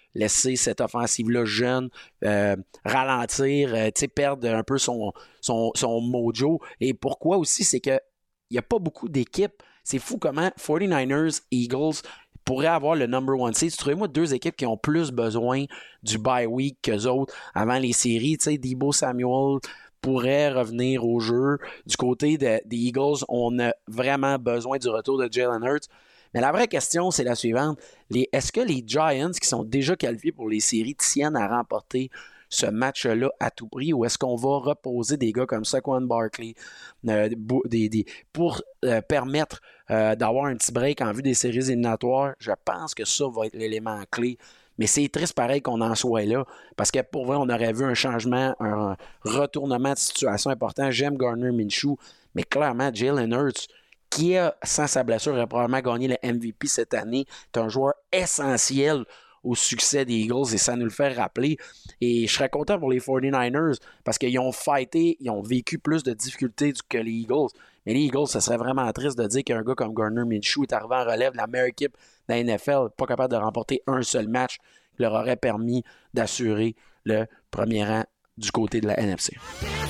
laisser cette offensive-là jeune euh, ralentir, euh, perdre un peu son, son, son mojo. Et pourquoi aussi, c'est qu'il n'y a pas beaucoup d'équipes. C'est fou comment forty-niners, Eagles pourraient avoir le number one seed. Trouvez-moi deux équipes qui ont plus besoin du bye week qu'eux autres avant les séries. Tu sais, Deebo Samuel pourrait revenir au jeu. Du côté de, des Eagles, on a vraiment besoin du retour de Jalen Hurts. Mais la vraie question, c'est la suivante. Les, est-ce que les Giants, qui sont déjà qualifiés pour les séries, tiennent à remporter ce match-là à tout prix, ou est-ce qu'on va reposer des gars comme Saquon Barkley euh, des, des, pour euh, permettre euh, d'avoir un petit break en vue des séries éliminatoires? Je pense que ça va être l'élément clé. Mais c'est triste pareil qu'on en soit là, parce que pour vrai, on aurait vu un changement, un retournement de situation important. J'aime Gardner Minshew, mais clairement, Jalen Hurts, qui a, sans sa blessure, aurait probablement gagné le M V P cette année, est un joueur essentiel au succès des Eagles, et ça nous le fait rappeler. Et je serais content pour les forty-niners parce qu'ils ont fighté, ils ont vécu plus de difficultés que les Eagles. Mais les Eagles, ça serait vraiment triste de dire qu'un gars comme Gardner Minshew est arrivé en relève de la meilleure équipe de la N F L, pas capable de remporter un seul match qui leur aurait permis d'assurer le premier rang du côté de la N F C.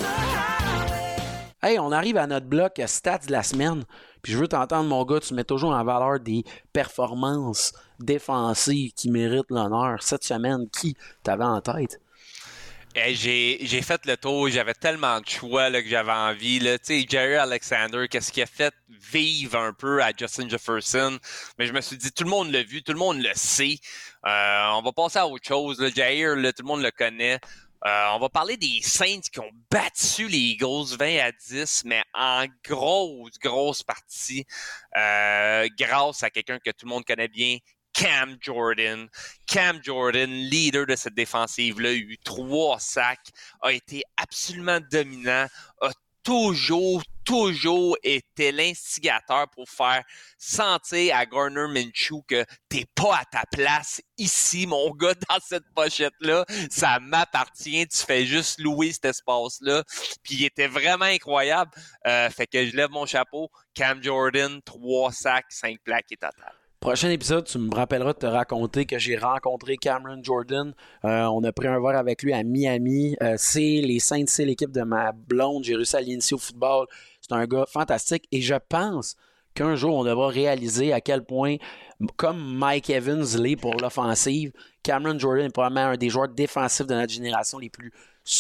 Hey, on arrive à notre bloc stats de la semaine. Puis je veux t'entendre, mon gars, tu mets toujours en valeur des performances défensives qui méritent l'honneur. Cette semaine, qui t'avais en tête? Hey, j'ai, j'ai fait le tour, j'avais tellement de choix là, que j'avais envie. Tu sais, Jerry Alexander, qu'est-ce qu'il a fait vivre un peu à Justin Jefferson? Mais je me suis dit, tout le monde l'a vu, tout le monde le sait. Euh, on va passer à autre chose. Là. Jair, là, tout le monde le connaît. Euh, on va parler des Saints qui ont battu les Eagles vingt à dix, mais en grosse, grosse partie, euh, grâce à quelqu'un que tout le monde connaît bien, Cam Jordan. Cam Jordan, leader de cette défensive-là, a eu trois sacs, a été absolument dominant, a toujours, toujours été l'instigateur pour faire sentir à Gardner Minshew que t'es pas à ta place ici, mon gars, dans cette pochette-là. Ça m'appartient, tu fais juste louer cet espace-là. Puis il était vraiment incroyable. Euh, fait que je lève mon chapeau. Cam Jordan, trois sacs, cinq plaques et total. Prochain épisode, tu me rappelleras de te raconter que j'ai rencontré Cameron Jordan. Euh, on a pris un verre avec lui à Miami. Euh, c'est les Saints, c'est l'équipe de ma blonde. J'ai réussi à l'initier au football. C'est un gars fantastique. Et je pense qu'un jour, on devra réaliser à quel point, comme Mike Evans l'est pour l'offensive, Cameron Jordan est probablement un des joueurs défensifs de notre génération les plus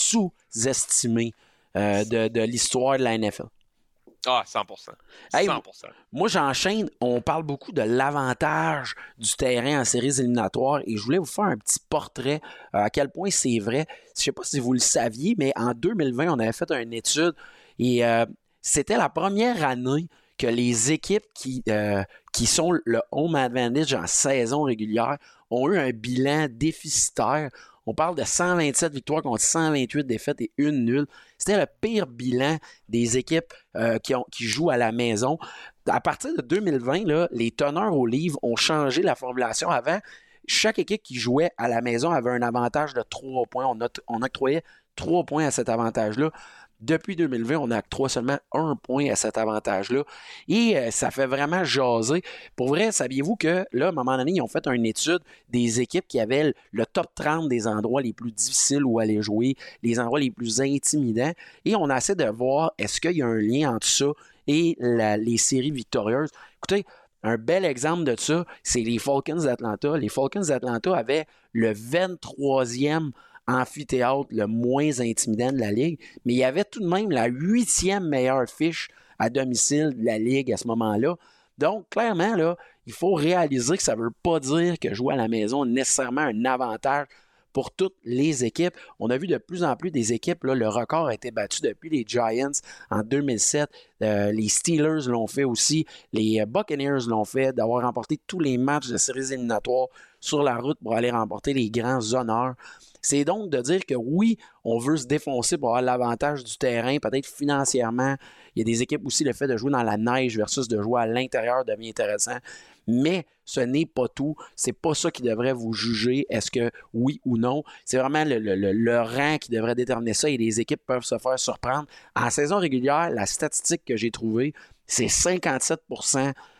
sous-estimés euh, de, de l'histoire de la N F L. Ah, cent pour cent. cent pour cent. Hey, moi, j'enchaîne. On parle beaucoup de l'avantage du terrain en séries éliminatoires et je voulais vous faire un petit portrait euh, à quel point c'est vrai. Je ne sais pas si vous le saviez, mais en deux mille vingt, on avait fait une étude et euh, c'était la première année que les équipes qui, euh, qui sont le home advantage en saison régulière ont eu un bilan déficitaire. On parle de cent vingt-sept victoires contre cent vingt-huit défaites et une nulle. C'était le pire bilan des équipes euh, qui, ont, qui jouent à la maison. À partir de deux mille vingt, là, les teneurs au livre ont changé la formulation. Avant, chaque équipe qui jouait à la maison avait un avantage de trois points. On, a, on octroyait trois points à cet avantage-là. Depuis deux mille vingt, on octroie seulement un point à cet avantage-là. Et euh, ça fait vraiment jaser. Pour vrai, saviez-vous que, là, à un moment donné, ils ont fait une étude des équipes qui avaient le top trente des endroits les plus difficiles où aller jouer, les endroits les plus intimidants. Et on a essayé de voir, est-ce qu'il y a un lien entre ça et la, les séries victorieuses. Écoutez, un bel exemple de ça, c'est les Falcons d'Atlanta. Les Falcons d'Atlanta avaient le vingt-troisième amphithéâtre le moins intimidant de la Ligue, mais il y avait tout de même la huitième meilleure fiche à domicile de la Ligue à ce moment-là. Donc, clairement, là, il faut réaliser que ça ne veut pas dire que jouer à la maison est nécessairement un avantage pour toutes les équipes. On a vu de plus en plus des équipes, là, le record a été battu depuis les Giants en deux mille sept. Euh, les Steelers l'ont fait aussi. Les Buccaneers l'ont fait, d'avoir remporté tous les matchs de séries éliminatoires sur la route pour aller remporter les grands honneurs. C'est donc de dire que oui, on veut se défoncer pour avoir l'avantage du terrain, peut-être financièrement. Il y a des équipes aussi, le fait de jouer dans la neige versus de jouer à l'intérieur devient intéressant. Mais ce n'est pas tout. C'est pas ça qui devrait vous juger. Est-ce que oui ou non? C'est vraiment le, le, le, le rang qui devrait déterminer ça et les équipes peuvent se faire surprendre. En saison régulière, la statistique que j'ai trouvée, c'est cinquante-sept pour cent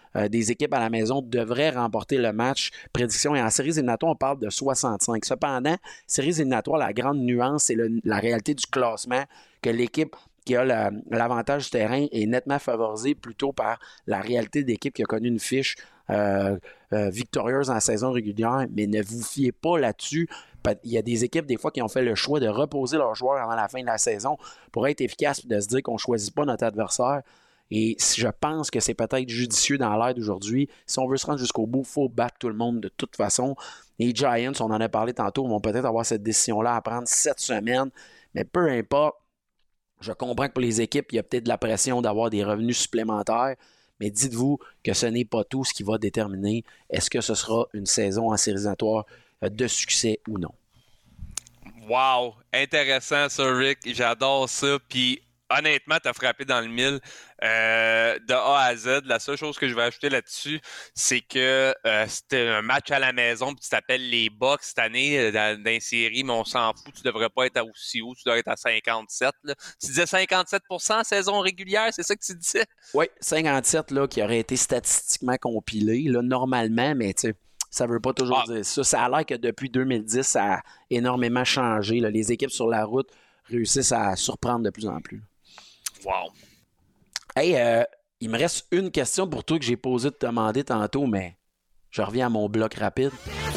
euh, des équipes à la maison devraient remporter le match. Prédiction, et en séries éliminatoires, on parle de soixante-cinq. Cependant, séries éliminatoires, la grande nuance, c'est le, la réalité du classement, que l'équipe qui a la, l'avantage du terrain est nettement favorisée plutôt par la réalité d'équipe qui a connu une fiche euh, euh, victorieuse en saison régulière, mais ne vous fiez pas là-dessus. Il y a des équipes, des fois, qui ont fait le choix de reposer leurs joueurs avant la fin de la saison pour être efficaces et de se dire qu'on ne choisit pas notre adversaire. Et je pense que c'est peut-être judicieux dans l'air d'aujourd'hui. Si on veut se rendre jusqu'au bout, il faut battre tout le monde de toute façon. Les Giants, on en a parlé tantôt, vont peut-être avoir cette décision-là à prendre cette semaine, mais peu importe. Je comprends que pour les équipes, il y a peut-être de la pression d'avoir des revenus supplémentaires, mais dites-vous que ce n'est pas tout ce qui va déterminer est-ce que ce sera une saison en séries éliminatoires de succès ou non. Wow! Intéressant ça, Rick. J'adore ça. Puis honnêtement, t'as frappé dans le mille euh, de A à Z. La seule chose que je vais ajouter là-dessus, c'est que euh, c'était un match à la maison, puis tu t'appelles les Bucks cette année dans, dans les séries, mais on s'en fout, tu devrais pas être à aussi haut, tu devrais être à cinquante-sept. Là. Tu disais cinquante-sept pour cent en saison régulière, c'est ça que tu disais? Oui, cinquante-sept là, qui aurait été statistiquement compilé, là, normalement, mais tu sais, ça veut pas toujours ah. dire ça. Ça a l'air que depuis deux mille dix, ça a énormément changé. Là. Les équipes sur la route réussissent à surprendre de plus en plus. Wow! Hey, euh, il me reste une question pour toi que j'ai posée de te demander tantôt, mais je reviens à mon bloc rapide.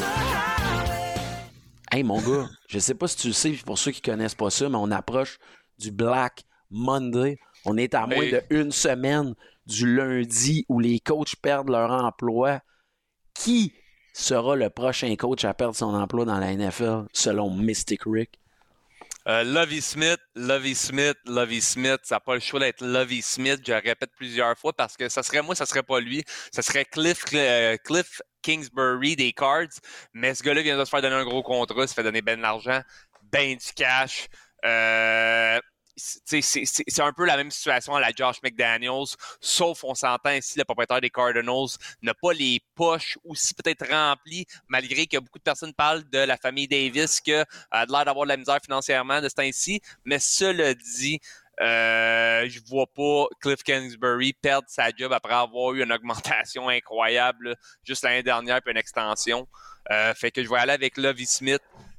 Hey, mon gars, je sais pas si tu le sais, pour ceux qui connaissent pas ça, mais on approche du Black Monday. On est à moins de une semaine du lundi où les coachs perdent leur emploi. Qui sera le prochain coach à perdre son emploi dans la N F L, selon Mystic Rick? Euh, Lovie Smith, Lovie Smith, Lovie Smith, ça n'a pas le choix d'être Lovie Smith, je le répète plusieurs fois parce que ça serait moi, ça serait pas lui, ça serait Cliff, euh, Cliff Kingsbury des Cards, mais ce gars-là vient de se faire donner un gros contrat, ça fait donner ben de l'argent, ben du cash, euh... C'est, c'est, c'est un peu la même situation à la Josh McDaniels, sauf on s'entend ici, le propriétaire des Cardinals n'a pas les poches aussi peut-être remplies, malgré que beaucoup de personnes parlent de la famille Davis qui a l'air d'avoir de la misère financièrement de ce temps-ci, mais cela dit, euh, je vois pas Cliff Kingsbury perdre sa job après avoir eu une augmentation incroyable là, juste l'année dernière puis une extension. Euh, fait que je vais aller avec Lovie Smith.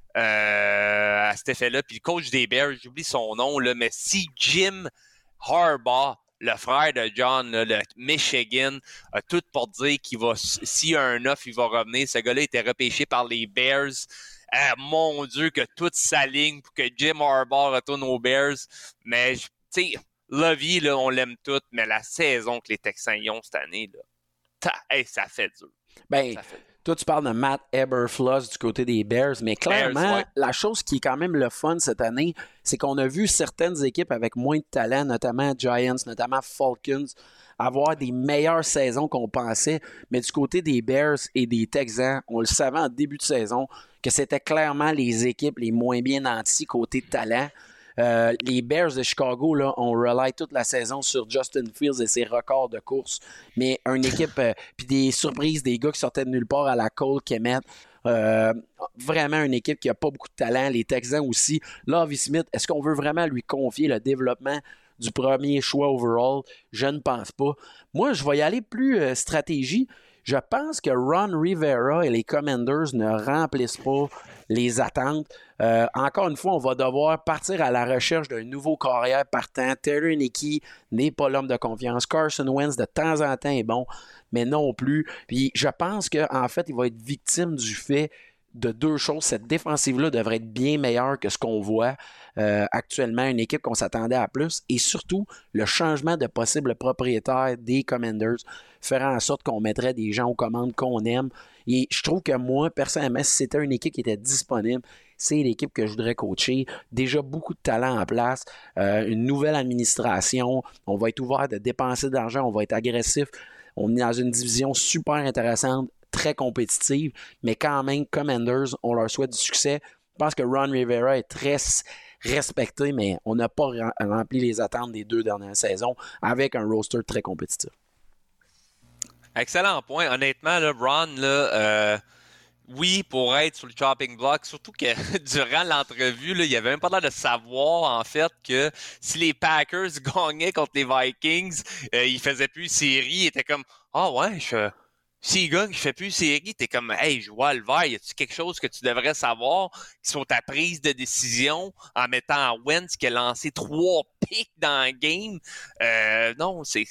Euh, à cet effet-là. Puis le coach des Bears, j'oublie son nom, là, mais si Jim Harbaugh, le frère de John, là, le Michigan, a tout pour dire qu'il va, s'il y a un offre, il va revenir. Ce gars-là était repêché par les Bears. Euh, mon Dieu, que tout s'aligne pour que Jim Harbaugh retourne aux Bears. Mais, tu sais, Lovie, là, on l'aime tout, mais la saison que les Texans y ont cette année, là, ta, hey, ça fait dur. Ben, ça fait dur. Toi, tu parles de Matt Eberflus du côté des Bears, mais clairement, Bears, ouais. La chose qui est quand même le fun cette année, c'est qu'on a vu certaines équipes avec moins de talent, notamment Giants, notamment Falcons, avoir des meilleures saisons qu'on pensait. Mais du côté des Bears et des Texans, on le savait en début de saison que c'était clairement les équipes les moins bien nanties côté de talent. Euh, les Bears de Chicago là, ont rely toute la saison sur Justin Fields et ses records de course. Mais une équipe, euh, puis des surprises, des gars qui sortaient de nulle part à la Cole Kemet. Euh, vraiment une équipe qui n'a pas beaucoup de talent. Les Texans aussi. Lovie Smith, est-ce qu'on veut vraiment lui confier le développement du premier choix overall? Je ne pense pas. Moi, je vais y aller plus euh, stratégie. Je pense que Ron Rivera et les Commanders ne remplissent pas les attentes. Euh, encore une fois, on va devoir partir à la recherche d'un nouveau carrière partant. Taylor Nicky n'est pas l'homme de confiance. Carson Wentz, de temps en temps, est bon, mais non plus. Puis je pense qu'en fait, il va être victime du fait de deux choses. Cette défensive-là devrait être bien meilleure que ce qu'on voit euh, actuellement, une équipe qu'on s'attendait à plus, et surtout, le changement de possible propriétaire des Commanders ferait en sorte qu'on mettrait des gens aux commandes qu'on aime. Et je trouve que moi, personnellement, si c'était une équipe qui était disponible, c'est l'équipe que je voudrais coacher. Déjà beaucoup de talent en place, euh, une nouvelle administration, on va être ouvert de dépenser de l'argent, on va être agressif. On est dans une division super intéressante, très compétitive, mais quand même, Commanders, on leur souhaite du succès. Je pense que Ron Rivera est très respecté, mais on n'a pas rempli les attentes des deux dernières saisons avec un roster très compétitif. Excellent point. Honnêtement, là, Ron, là, euh, Oui, pour être sur le chopping block, surtout que durant l'entrevue, là, il y avait même pas l'air de savoir, en fait, que si les Packers gagnaient contre les Vikings, euh, ils faisaient plus série, ils étaient comme « Ah ouais, je... s'ils gagnent, je fais plus série. » T'es comme « Hey, je vois le vert, y a-tu quelque chose que tu devrais savoir qui sont ta prise de décision en mettant Wentz qui a lancé trois picks dans le game? Euh, non, c'est...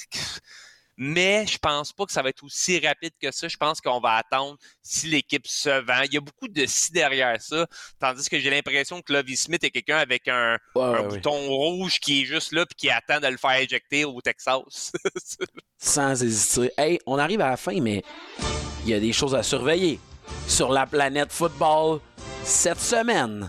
Mais je pense pas que ça va être aussi rapide que ça. Je pense qu'on va attendre si l'équipe se vend. Il y a beaucoup de si derrière ça. Tandis que j'ai l'impression que Lovie Smith est quelqu'un avec un, ouais, un ouais, bouton ouais. rouge qui est juste là puis qui attend de le faire éjecter au Texas. Sans hésiter. Hey, on arrive à la fin, mais il y a des choses à surveiller sur la planète football cette semaine.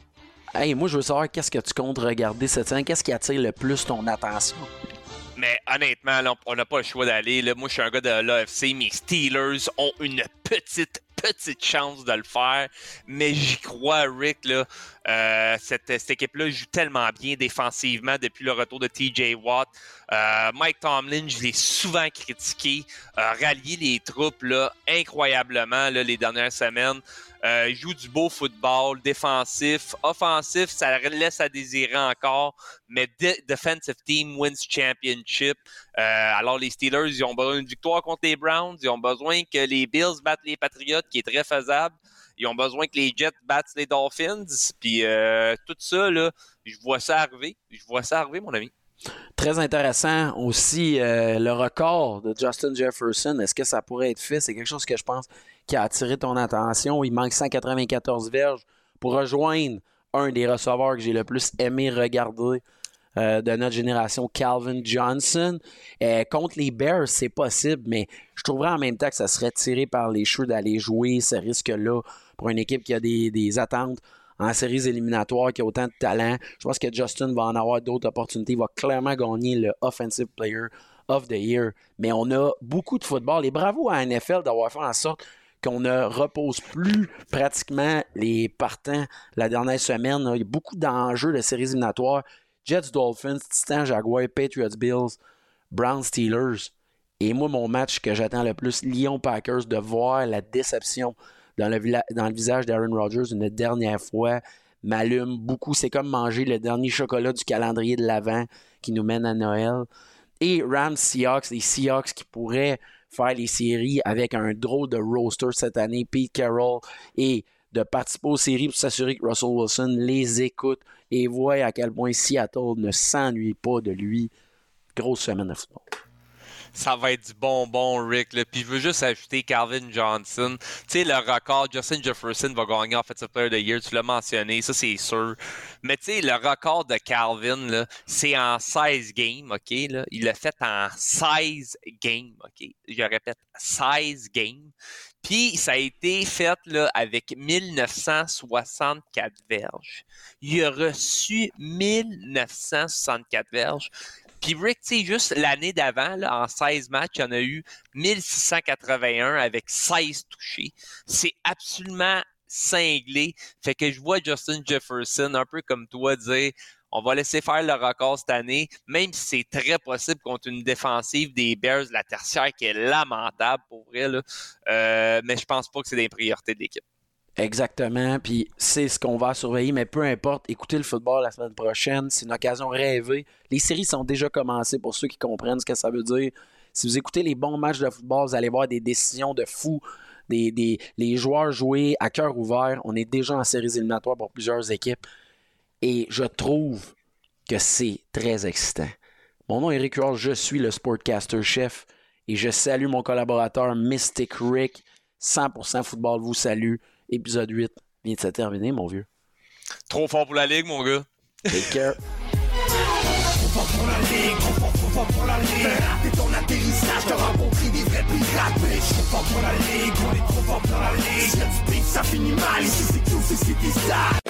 Hey, moi, je veux savoir qu'est-ce que tu comptes regarder cette semaine. Qu'est-ce qui attire le plus ton attention? Mais honnêtement, là, on n'a pas le choix d'aller. Là. Moi, je suis un gars de l'A F C. Mes Steelers ont une petite, petite chance de le faire. Mais j'y crois, Rick. Là. Euh, cette, cette équipe-là joue tellement bien défensivement depuis le retour de T J Watt. Euh, Mike Tomlin, je l'ai souvent critiqué. Euh, rallier les troupes là, incroyablement là, les dernières semaines. Euh, il joue du beau football, défensif, offensif, ça laisse à désirer encore, mais de- defensive team wins championship. Euh, alors les Steelers, ils ont besoin d'une victoire contre les Browns, ils ont besoin que les Bills battent les Patriots, qui est très faisable. Ils ont besoin que les Jets battent les Dolphins, puis euh, tout ça là, je vois ça arriver, je vois ça arriver, mon ami. Très intéressant aussi, euh, le record de Justin Jefferson. Est-ce que ça pourrait être fait? C'est quelque chose que je pense qui a attiré ton attention. Il manque cent quatre-vingt-quatorze verges pour rejoindre un des receveurs que j'ai le plus aimé regarder euh, de notre génération, Calvin Johnson. Euh, contre les Bears, c'est possible, mais je trouverais en même temps que ça serait tiré par les cheveux d'aller jouer ce risque-là pour une équipe qui a des, des attentes en séries éliminatoires, qui a autant de talent. Je pense que Justin va en avoir d'autres opportunités. Il va clairement gagner le Offensive Player of the Year. Mais on a beaucoup de football. Et bravo à la N F L d'avoir fait en sorte qu'on ne repose plus pratiquement les partants la dernière semaine. Il y a beaucoup d'enjeux de séries éliminatoires. Jets, Dolphins, Titans, Jaguars, Patriots, Bills, Browns, Steelers. Et moi, mon match que j'attends le plus, Lyon Packers, de voir la déception Dans le, vila- dans le visage d'Aaron Rodgers une dernière fois, m'allume beaucoup. C'est comme manger le dernier chocolat du calendrier de l'Avent qui nous mène à Noël. Et Rams Seahawks, les Seahawks qui pourraient faire les séries avec un drôle de roster cette année, Pete Carroll, et de participer aux séries pour s'assurer que Russell Wilson les écoute et voit à quel point Seattle ne s'ennuie pas de lui. Grosse semaine de football. Ça va être du bonbon, Rick. Là. Puis je veux juste ajouter Calvin Johnson. Tu sais, le record, Justin Jefferson va gagner Offensive Player of the Year. Tu l'as mentionné, ça c'est sûr. Mais tu sais, le record de Calvin, là, c'est en seize games, OK? Là. Il l'a fait en seize games, OK? Je répète, seize games. Puis ça a été fait là, avec mille neuf cent soixante-quatre verges. Il a reçu mille neuf cent soixante-quatre verges. Puis Rick, tu sais, juste l'année d'avant, là, en seize matchs, il y en a eu mille six cent quatre-vingt-un avec seize touchés. C'est absolument cinglé. Fait que je vois Justin Jefferson, un peu comme toi, dire on va laisser faire le record cette année, même si c'est très possible contre une défensive des Bears, la tertiaire, qui est lamentable pour vrai. Là. Euh, mais je pense pas que c'est des priorités de l'équipe. Exactement, puis c'est ce qu'on va surveiller, mais peu importe, écoutez le football la semaine prochaine, c'est une occasion rêvée. Les séries sont déjà commencées pour ceux qui comprennent ce que ça veut dire. Si vous écoutez les bons matchs de football, vous allez voir des décisions de fous, des, des, les joueurs jouer à cœur ouvert. On est déjà en séries éliminatoires pour plusieurs équipes et je trouve que c'est très excitant. Mon nom est Eric Huard, je suis le Sportcaster chef et je salue mon collaborateur Mystic Rick. cent pour cent football vous salue. Épisode huit vient de se terminer, mon vieux. Trop fort pour la ligue, mon gars. Take care. Trop fort pour la ligue, trop fort, trop fort pour la ligue. Raté ton atterrissage, t'as rencontré des vrais pirates. Mais trop fort pour la ligue, on est trop fort pour la ligue. Y'a du beef, ça finit mal, ici c'est Q, c'est City Style.